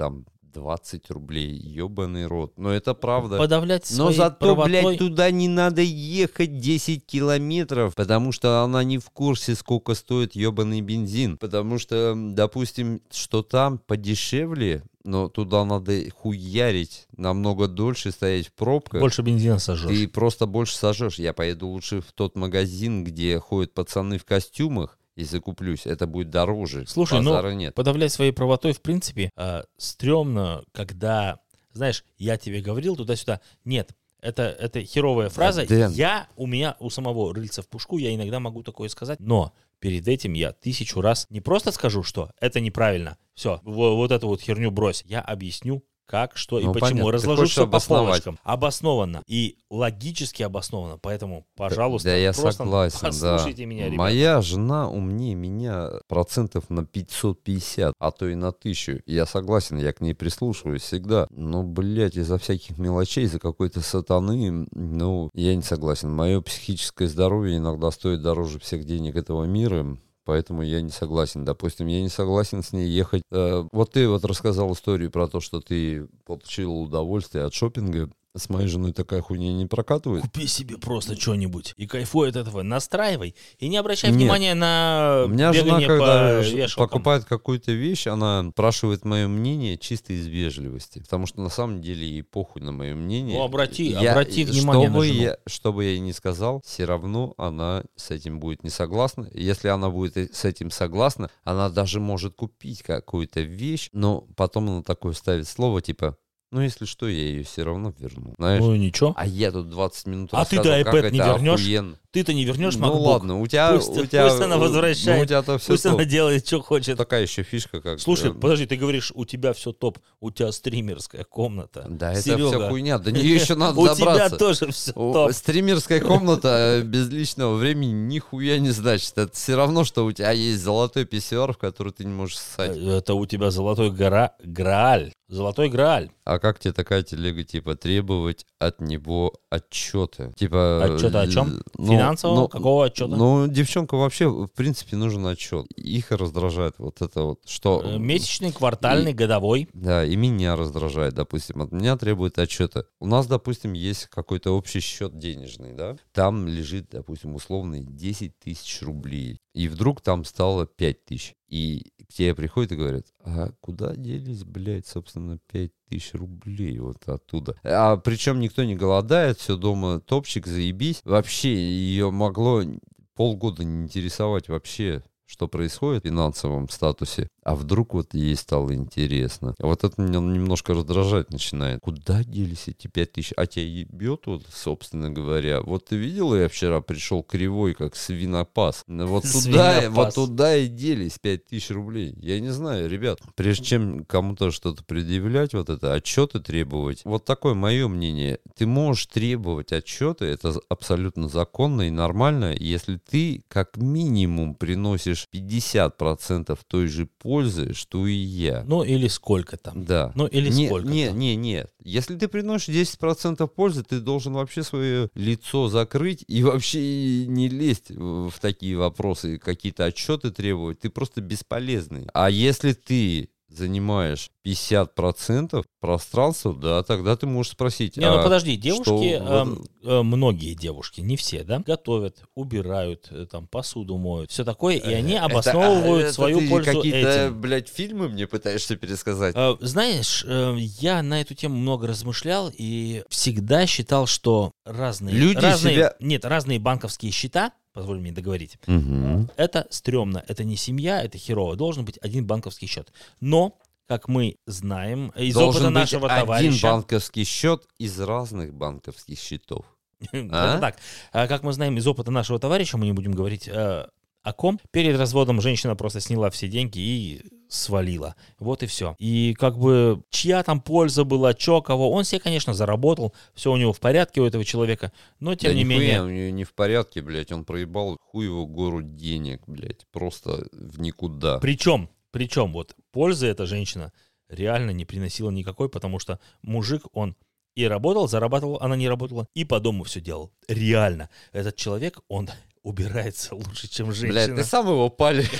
[SPEAKER 1] двадцать рублей, ебаный рот. Но это правда.
[SPEAKER 2] Подавлять
[SPEAKER 1] Но
[SPEAKER 2] своей
[SPEAKER 1] зато,
[SPEAKER 2] правотой...
[SPEAKER 1] блядь, туда не надо ехать десять километров, потому что она не в курсе, сколько стоит ебаный бензин. Потому что, допустим, что там подешевле, но туда надо хуярить, намного дольше стоять в пробках.
[SPEAKER 2] Больше бензина сожжешь.
[SPEAKER 1] Ты просто больше сожжешь. Я поеду лучше в тот магазин, где ходят пацаны в костюмах, и закуплюсь. Это будет дороже.
[SPEAKER 2] Слушай,
[SPEAKER 1] базара
[SPEAKER 2] ну,
[SPEAKER 1] нет.
[SPEAKER 2] подавлять своей правотой, в принципе, э, стрёмно, когда, знаешь, я тебе говорил туда-сюда. Нет, это, это херовая фраза.
[SPEAKER 1] Дэн.
[SPEAKER 2] Я, у меня, у самого рыльца в пушку, я иногда могу такое сказать, но перед этим я тысячу раз не просто скажу, что это неправильно, все, вот эту вот херню брось. Я объясню, как, что
[SPEAKER 1] Ну,
[SPEAKER 2] и почему.
[SPEAKER 1] понятно.
[SPEAKER 2] Разложу
[SPEAKER 1] Ты
[SPEAKER 2] все по
[SPEAKER 1] обосновать.
[SPEAKER 2] полочкам. Обоснованно. И логически обосновано. Поэтому, пожалуйста,
[SPEAKER 1] Да, я
[SPEAKER 2] просто
[SPEAKER 1] согласен,
[SPEAKER 2] послушайте
[SPEAKER 1] да.
[SPEAKER 2] меня, ребята.
[SPEAKER 1] Моя жена умнее меня процентов на пятьсот пятьдесят, а то и на тысячу. Я согласен, я к ней прислушиваюсь всегда. Но, блядь, из-за всяких мелочей, из-за какой-то сатаны, ну, я не согласен. Мое психическое здоровье иногда стоит дороже всех денег этого мира. Поэтому я не согласен. Допустим, я не согласен с ней ехать. Э, вот ты вот рассказал историю про то, что ты получил удовольствие от шопинга. С моей женой такая хуйня не прокатывает.
[SPEAKER 2] Купи себе просто что-нибудь и кайфуй от этого. Настраивай. И не обращай
[SPEAKER 1] Нет.
[SPEAKER 2] внимания на
[SPEAKER 1] У меня жена,
[SPEAKER 2] бегание
[SPEAKER 1] когда
[SPEAKER 2] по
[SPEAKER 1] ж-
[SPEAKER 2] вешалкам.
[SPEAKER 1] покупает какую-то вещь, она спрашивает мое мнение чисто из вежливости. Потому что на самом деле ей похуй на мое мнение.
[SPEAKER 2] Ну, обрати,
[SPEAKER 1] Я-
[SPEAKER 2] обрати внимание
[SPEAKER 1] чтобы
[SPEAKER 2] на жену.
[SPEAKER 1] Я, что бы я ей ни сказал, все равно она с этим будет не согласна. Если она будет и- с этим согласна, она даже может купить какую-то вещь, но потом она такое ставит слово, типа, ну, если что, я ее все равно верну. Знаешь?
[SPEAKER 2] Ну и ничего.
[SPEAKER 1] А я тут двадцать минут
[SPEAKER 2] А ты
[SPEAKER 1] рассказывал,
[SPEAKER 2] до
[SPEAKER 1] как
[SPEAKER 2] iPad не
[SPEAKER 1] это
[SPEAKER 2] вернешь?
[SPEAKER 1] охуенно.
[SPEAKER 2] Ты-то не вернешь
[SPEAKER 1] Ну
[SPEAKER 2] MacBook.
[SPEAKER 1] ладно, у тебя...
[SPEAKER 2] Пусть,
[SPEAKER 1] у тебя
[SPEAKER 2] пусть она
[SPEAKER 1] ну,
[SPEAKER 2] возвращает.
[SPEAKER 1] у тебя-то все
[SPEAKER 2] Пусть она делает, что хочет.
[SPEAKER 1] Такая еще фишка, как...
[SPEAKER 2] Слушай,
[SPEAKER 1] э,
[SPEAKER 2] подожди, ты говоришь, у тебя все топ, у тебя стримерская комната.
[SPEAKER 1] Да, это
[SPEAKER 2] Серега,
[SPEAKER 1] все хуйня, до нее еще надо
[SPEAKER 2] у тебя
[SPEAKER 1] добраться.
[SPEAKER 2] тоже все
[SPEAKER 1] О,
[SPEAKER 2] топ.
[SPEAKER 1] Стримерская комната без личного времени нихуя не значит. Это все равно, что у тебя есть золотой писюар, в который ты не можешь ссать.
[SPEAKER 2] Это у тебя золотой гора... грааль. Золотой грааль.
[SPEAKER 1] А как тебе такая телега, типа, требовать от него отчеты? Типа...
[SPEAKER 2] Отчета о
[SPEAKER 1] л-
[SPEAKER 2] чем?
[SPEAKER 1] ну,
[SPEAKER 2] Финансового?
[SPEAKER 1] ну,
[SPEAKER 2] Какого отчета?
[SPEAKER 1] Ну, девчонка вообще, в принципе, нужен отчет. Их раздражает вот это вот, что...
[SPEAKER 2] Э, Месячный, квартальный,
[SPEAKER 1] И-
[SPEAKER 2] годовой.
[SPEAKER 1] Да, и меня раздражает, допустим. От меня требует отчета. У нас, допустим, есть какой-то общий счет денежный, да? Там лежит, допустим, условный десять тысяч рублей. И вдруг там стало пять тысяч. И к тебе приходят и говорят, а куда делись, блядь, собственно, пять тысяч рублей вот оттуда? А причем никто не голодает, все дома топчик, заебись. Вообще ее могло полгода не интересовать вообще, что происходит в финансовом статусе. А вдруг вот ей стало интересно. Вот это меня немножко раздражать начинает. Куда делись эти пять тысяч? А тебя ебет, вот, собственно говоря. Вот ты видела, я вчера пришел кривой, как свинопас. Вот туда,
[SPEAKER 2] Свинопас.
[SPEAKER 1] вот туда и делись пять тысяч рублей. Я не знаю, ребят. Прежде чем кому-то что-то предъявлять, вот это, отчеты требовать. Вот такое мое мнение. Ты можешь требовать отчеты, это абсолютно законно и нормально, если ты как минимум приносишь пятьдесят процентов той же пользы, что и я.
[SPEAKER 2] Ну или сколько там.
[SPEAKER 1] Да.
[SPEAKER 2] Ну или
[SPEAKER 1] не,
[SPEAKER 2] сколько
[SPEAKER 1] Не,
[SPEAKER 2] там.
[SPEAKER 1] не, не. Если ты приносишь десять процентов пользы, ты должен вообще свое лицо закрыть и вообще не лезть в в такие вопросы, какие-то отчеты требовать. Ты просто бесполезный. А если ты занимаешь пятьдесят процентов пространства, да, тогда ты можешь спросить.
[SPEAKER 2] Не, ну
[SPEAKER 1] а
[SPEAKER 2] подожди, девушки,
[SPEAKER 1] что
[SPEAKER 2] эм,
[SPEAKER 1] вот-
[SPEAKER 2] э, многие девушки, не все, да, готовят, убирают, э, там, посуду моют, все такое, и они
[SPEAKER 1] Это-
[SPEAKER 2] обосновывают
[SPEAKER 1] это
[SPEAKER 2] свою
[SPEAKER 1] ты
[SPEAKER 2] пользу
[SPEAKER 1] какие-то,
[SPEAKER 2] этим.
[SPEAKER 1] блядь, фильмы мне пытаешься пересказать?
[SPEAKER 2] Э, Знаешь, э, я на эту тему много размышлял и всегда считал, что разные,
[SPEAKER 1] Люди
[SPEAKER 2] разные,
[SPEAKER 1] себя-
[SPEAKER 2] нет, разные банковские счета, позволь мне договорить,
[SPEAKER 1] Мгм.
[SPEAKER 2] это стрёмно, это не семья, это херово, должен быть один банковский счет. Но, как мы знаем из опыта
[SPEAKER 1] Должен быть
[SPEAKER 2] нашего
[SPEAKER 1] один
[SPEAKER 2] товарища,
[SPEAKER 1] банковский счет из разных банковских счетов.
[SPEAKER 2] это
[SPEAKER 1] А?
[SPEAKER 2] так, А, как мы знаем из опыта нашего товарища, мы не будем говорить э, о ком, перед разводом женщина просто сняла все деньги и свалила. Вот и все. И как бы чья там польза была, чё, кого, он себе, конечно, заработал, все у него в порядке у этого человека, но тем
[SPEAKER 1] Да
[SPEAKER 2] не
[SPEAKER 1] нихуя,
[SPEAKER 2] менее...
[SPEAKER 1] у него не в порядке, блядь. Он проебал хуевую гору денег, блядь. Просто в никуда.
[SPEAKER 2] Причем, причем вот пользы эта женщина реально не приносила никакой, потому что мужик, он и работал, зарабатывал, она не работала, и по дому все делал. Реально. Этот человек, он, убирается лучше, чем женщина.
[SPEAKER 1] Блядь, ты сам его палишь.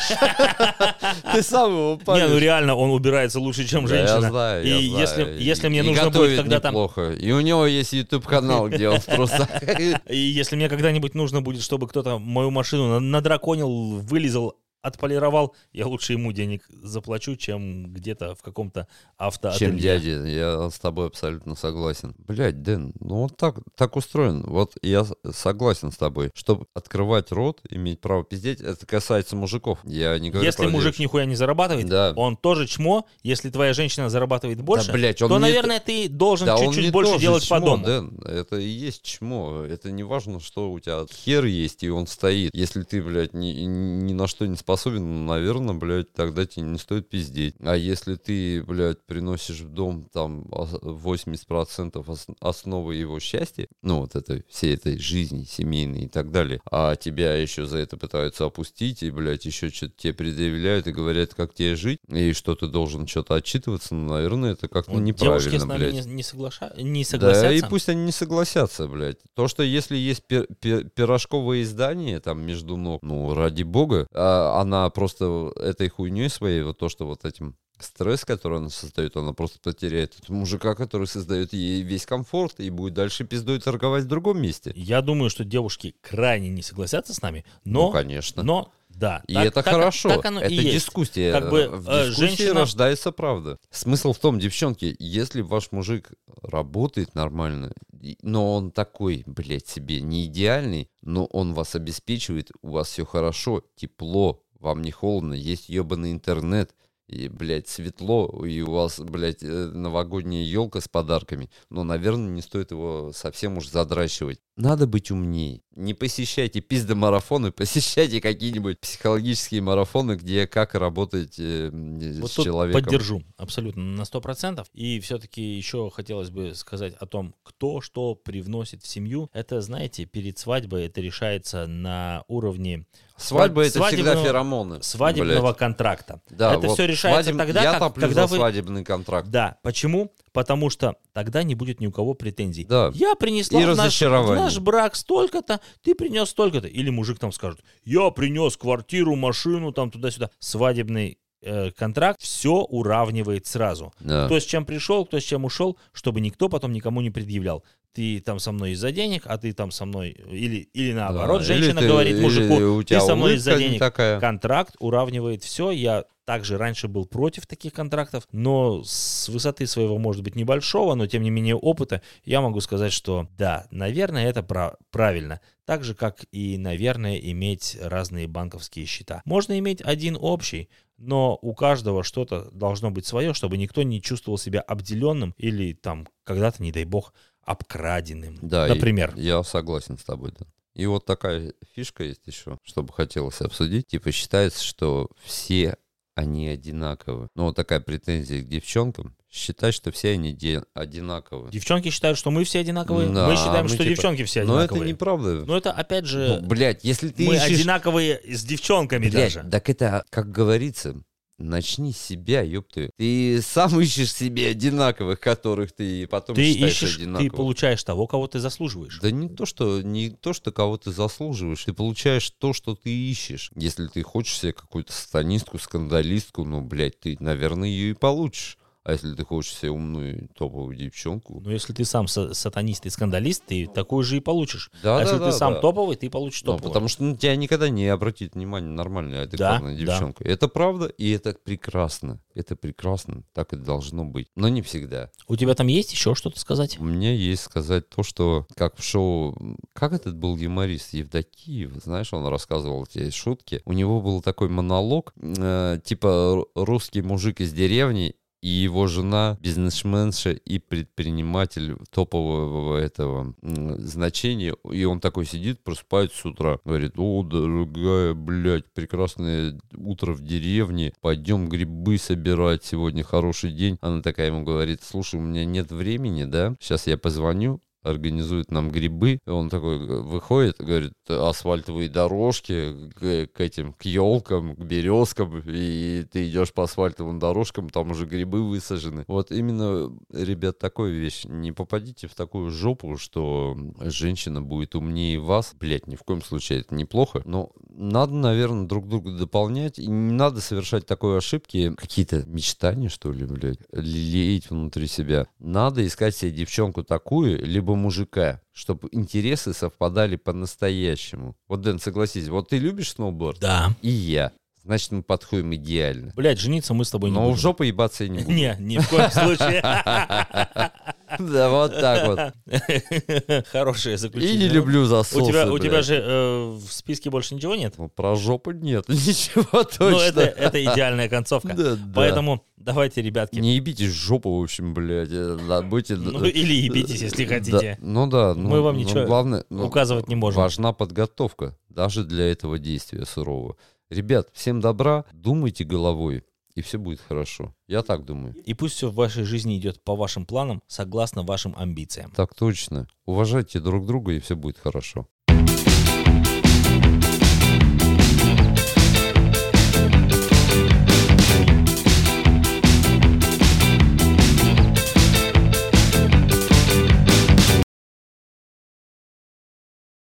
[SPEAKER 1] Ты сам его палишь.
[SPEAKER 2] Не, ну реально, он убирается лучше, чем
[SPEAKER 1] Да,
[SPEAKER 2] женщина.
[SPEAKER 1] я знаю,
[SPEAKER 2] И
[SPEAKER 1] я
[SPEAKER 2] если,
[SPEAKER 1] знаю.
[SPEAKER 2] если мне
[SPEAKER 1] И
[SPEAKER 2] нужно будет
[SPEAKER 1] готовит
[SPEAKER 2] когда-то...
[SPEAKER 1] неплохо. И у него есть YouTube-канал, где он просто...
[SPEAKER 2] И если мне когда-нибудь нужно будет, чтобы кто-то мою машину на- надраконил, вылезал, отполировал, я лучше ему денег заплачу, чем где-то в каком-то автоателье.
[SPEAKER 1] Чем дядя, я с тобой абсолютно согласен. Блядь, Дэн, ну вот так, так устроен. Вот я с- согласен с тобой. Чтобы открывать рот, иметь право пиздеть, это касается мужиков. Я не говорю
[SPEAKER 2] Если
[SPEAKER 1] про
[SPEAKER 2] мужик
[SPEAKER 1] девушек.
[SPEAKER 2] нихуя не зарабатывает,
[SPEAKER 1] Да.
[SPEAKER 2] он тоже чмо. Если твоя женщина зарабатывает больше,
[SPEAKER 1] блядь, он
[SPEAKER 2] то,
[SPEAKER 1] не-
[SPEAKER 2] наверное, ты должен
[SPEAKER 1] Да он
[SPEAKER 2] чуть-чуть
[SPEAKER 1] не
[SPEAKER 2] больше
[SPEAKER 1] тоже
[SPEAKER 2] делать
[SPEAKER 1] чмо,
[SPEAKER 2] по дому.
[SPEAKER 1] Дэн. Это и есть чмо. Это не важно, что у тебя хер есть, и он стоит. Если ты, блядь, ни, ни на что не способен, ну, наверное, блядь, тогда тебе не стоит пиздеть. А если ты, блядь, приносишь в дом там ос- восемьдесят процентов ос- основы его счастья, ну, вот этой, всей этой жизни семейной и так далее, а тебя еще за это пытаются опустить, и, блядь, еще что-то тебе предъявляют и говорят, как тебе жить, и что ты должен что-то отчитываться, ну, наверное, это как-то
[SPEAKER 2] Вот
[SPEAKER 1] неправильно,
[SPEAKER 2] девушки с нами
[SPEAKER 1] блядь.
[SPEAKER 2] не, не, соглаша... не
[SPEAKER 1] Да,
[SPEAKER 2] согласятся.
[SPEAKER 1] и пусть они не согласятся, блядь. То, что если есть пи- пи- пирожковое издание там между ног, ну, ради бога, а она просто этой хуйней своей, вот то, что вот этим стресс, который она создает, она просто потеряет этого мужика, который создает ей весь комфорт и будет дальше пиздой торговать в другом месте.
[SPEAKER 2] Я думаю, что девушки крайне не согласятся с нами, но...
[SPEAKER 1] Ну, конечно.
[SPEAKER 2] Но, да.
[SPEAKER 1] И
[SPEAKER 2] так-
[SPEAKER 1] это
[SPEAKER 2] так-
[SPEAKER 1] хорошо.
[SPEAKER 2] так оно
[SPEAKER 1] Это
[SPEAKER 2] и есть.
[SPEAKER 1] дискуссия.
[SPEAKER 2] Как бы,
[SPEAKER 1] в
[SPEAKER 2] э,
[SPEAKER 1] дискуссии
[SPEAKER 2] женщина-
[SPEAKER 1] рождается правда. Смысл в том, девчонки, если ваш мужик работает нормально, и- но он такой, блядь, себе не идеальный, но он вас обеспечивает, у вас все хорошо, тепло, вам не холодно, есть ебаный интернет, и, блядь, светло, и у вас, блядь, э, новогодняя елка с подарками, но, наверное, не стоит его совсем уж задрачивать. Надо быть умнее. Не посещайте пиздомарафоны, посещайте какие-нибудь психологические марафоны, где как работать э,
[SPEAKER 2] Вот
[SPEAKER 1] с
[SPEAKER 2] тут
[SPEAKER 1] человеком.
[SPEAKER 2] поддержу абсолютно на сто процентов. И все-таки еще хотелось бы сказать о том, кто что привносит в семью. Это, знаете, перед свадьбой это решается на уровне
[SPEAKER 1] Свадьба — это всегда
[SPEAKER 2] свадебного-
[SPEAKER 1] феромоны.
[SPEAKER 2] свадебного
[SPEAKER 1] блядь.
[SPEAKER 2] контракта.
[SPEAKER 1] Да,
[SPEAKER 2] это
[SPEAKER 1] вот
[SPEAKER 2] все решается
[SPEAKER 1] свадеб-
[SPEAKER 2] тогда,
[SPEAKER 1] Я
[SPEAKER 2] как-
[SPEAKER 1] топлю
[SPEAKER 2] когда
[SPEAKER 1] за
[SPEAKER 2] вы...
[SPEAKER 1] свадебный контракт.
[SPEAKER 2] Да, почему? Потому что тогда не будет ни у кого претензий.
[SPEAKER 1] Да.
[SPEAKER 2] Я принесла
[SPEAKER 1] И
[SPEAKER 2] в наш, в
[SPEAKER 1] разочарование.
[SPEAKER 2] наш брак столько-то, ты принес столько-то. Или мужик там скажет, я принес квартиру, машину, там туда-сюда. Свадебный э, контракт все уравнивает сразу.
[SPEAKER 1] Да.
[SPEAKER 2] Кто с чем пришел, кто с чем ушел, чтобы никто потом никому не предъявлял. Ты там со мной из-за денег, а ты там со мной... Или, или наоборот,
[SPEAKER 1] Да,
[SPEAKER 2] женщина
[SPEAKER 1] или ты-
[SPEAKER 2] говорит
[SPEAKER 1] или
[SPEAKER 2] мужику,
[SPEAKER 1] у
[SPEAKER 2] ты
[SPEAKER 1] тебя
[SPEAKER 2] со мной
[SPEAKER 1] улыбка
[SPEAKER 2] из-за
[SPEAKER 1] не
[SPEAKER 2] денег.
[SPEAKER 1] такая.
[SPEAKER 2] Контракт уравнивает все. Я также раньше был против таких контрактов, но с высоты своего, может быть, небольшого, но тем не менее опыта, я могу сказать, что да, наверное, это пра- правильно. Так же, как и, наверное, иметь разные банковские счета. Можно иметь один общий, но у каждого что-то должно быть свое, чтобы никто не чувствовал себя обделенным или там когда-то, не дай бог, обкраденным.
[SPEAKER 1] Да,
[SPEAKER 2] Например.
[SPEAKER 1] и я согласен с тобой, да. И вот такая фишка есть еще, что бы хотелось обсудить. Типа считается, что все они одинаковы. Ну, вот такая претензия к девчонкам. Считать, что все они де- одинаковы.
[SPEAKER 2] Девчонки считают, что мы все одинаковые.
[SPEAKER 1] Да,
[SPEAKER 2] мы считаем,
[SPEAKER 1] мы
[SPEAKER 2] что
[SPEAKER 1] типа-
[SPEAKER 2] девчонки все
[SPEAKER 1] Но
[SPEAKER 2] одинаковые.
[SPEAKER 1] это неправда.
[SPEAKER 2] Но это, опять же,
[SPEAKER 1] Ну, блядь, если ты
[SPEAKER 2] мы
[SPEAKER 1] ищешь...
[SPEAKER 2] одинаковые с девчонками
[SPEAKER 1] Блядь,
[SPEAKER 2] даже.
[SPEAKER 1] так это, как говорится, начни с себя, ёпты. Ты сам ищешь себе одинаковых, которых ты потом
[SPEAKER 2] Ты
[SPEAKER 1] считаешь
[SPEAKER 2] ищешь, ты
[SPEAKER 1] одинаковыми.
[SPEAKER 2] получаешь того, кого ты заслуживаешь.
[SPEAKER 1] Да не то, что не то, что кого ты заслуживаешь, ты получаешь то, что ты ищешь. Если ты хочешь себе какую-то сатанистку, скандалистку, ну, блядь, ты, наверное, ее и получишь. А если ты хочешь себе умную топовую девчонку...
[SPEAKER 2] Но если ты сам са- сатанист и скандалист, ты такую же и получишь.
[SPEAKER 1] Да,
[SPEAKER 2] а
[SPEAKER 1] да,
[SPEAKER 2] если
[SPEAKER 1] да,
[SPEAKER 2] ты сам
[SPEAKER 1] да.
[SPEAKER 2] топовый, ты получишь
[SPEAKER 1] Ну,
[SPEAKER 2] топовую.
[SPEAKER 1] потому что на тебя никогда не обратит внимание нормальная, адекватная
[SPEAKER 2] Да,
[SPEAKER 1] девчонка. Это правда, и это прекрасно. Это прекрасно, так и должно быть. Но не всегда.
[SPEAKER 2] У тебя там есть еще что-то сказать?
[SPEAKER 1] У меня есть сказать то, что как в шоу... Как этот был юморист? Евдокиев, знаешь, он рассказывал эти шутки. У него был такой монолог, э, типа русский мужик из деревни, и его жена бизнесменша и предприниматель топового этого м, значения. И он такой сидит, просыпается с утра. Говорит: о, дорогая, блядь, прекрасное утро в деревне. Пойдем грибы собирать. Сегодня хороший день. Она такая ему говорит: слушай, у меня нет времени, да? Сейчас я позвоню. Организует нам грибы. И он такой выходит, говорит: асфальтовые дорожки к, к этим, к елкам, к березкам, и ты идешь по асфальтовым дорожкам, там уже грибы высажены. Вот именно, ребят, такая вещь. Не попадите в такую жопу, что женщина будет умнее вас. Блять, ни в коем случае это неплохо. Но надо, наверное, друг друга дополнять. И не надо совершать такой ошибки. Какие-то мечтания, что ли, блядь, лелеять внутри себя. Надо искать себе девчонку такую, либо мужика, чтобы интересы совпадали по-настоящему. Вот, Дэн, согласись, вот ты любишь сноуборд?
[SPEAKER 2] Да.
[SPEAKER 1] И я. Значит, мы подходим идеально.
[SPEAKER 2] Блядь, жениться мы с тобой не
[SPEAKER 1] Но
[SPEAKER 2] будем.
[SPEAKER 1] в жопу ебаться я не буду.
[SPEAKER 2] Не, ни в коем случае.
[SPEAKER 1] Да, вот так вот.
[SPEAKER 2] Хорошее
[SPEAKER 1] И
[SPEAKER 2] заключение.
[SPEAKER 1] не люблю засосы,
[SPEAKER 2] У тебя, у
[SPEAKER 1] блядь.
[SPEAKER 2] тебя же э, в списке больше ничего нет?
[SPEAKER 1] Ну, про жопу нет, ничего точно.
[SPEAKER 2] Ну, это, это идеальная концовка.
[SPEAKER 1] Да, да.
[SPEAKER 2] Поэтому давайте, ребятки.
[SPEAKER 1] Не ебитесь в жопу, в общем, блядь. э, Да, будьте...
[SPEAKER 2] Ну, или ебитесь, если
[SPEAKER 1] Да,
[SPEAKER 2] хотите.
[SPEAKER 1] ну да. ну-
[SPEAKER 2] Мы вам
[SPEAKER 1] ну,
[SPEAKER 2] ничего
[SPEAKER 1] главное, ну,
[SPEAKER 2] указывать не можем.
[SPEAKER 1] Важна подготовка, даже для этого действия сурового. Ребят, всем добра, думайте головой, и все будет хорошо. Я так думаю.
[SPEAKER 2] И пусть все в вашей жизни идет по вашим планам, согласно вашим амбициям.
[SPEAKER 1] Так точно. Уважайте друг друга, и все будет хорошо.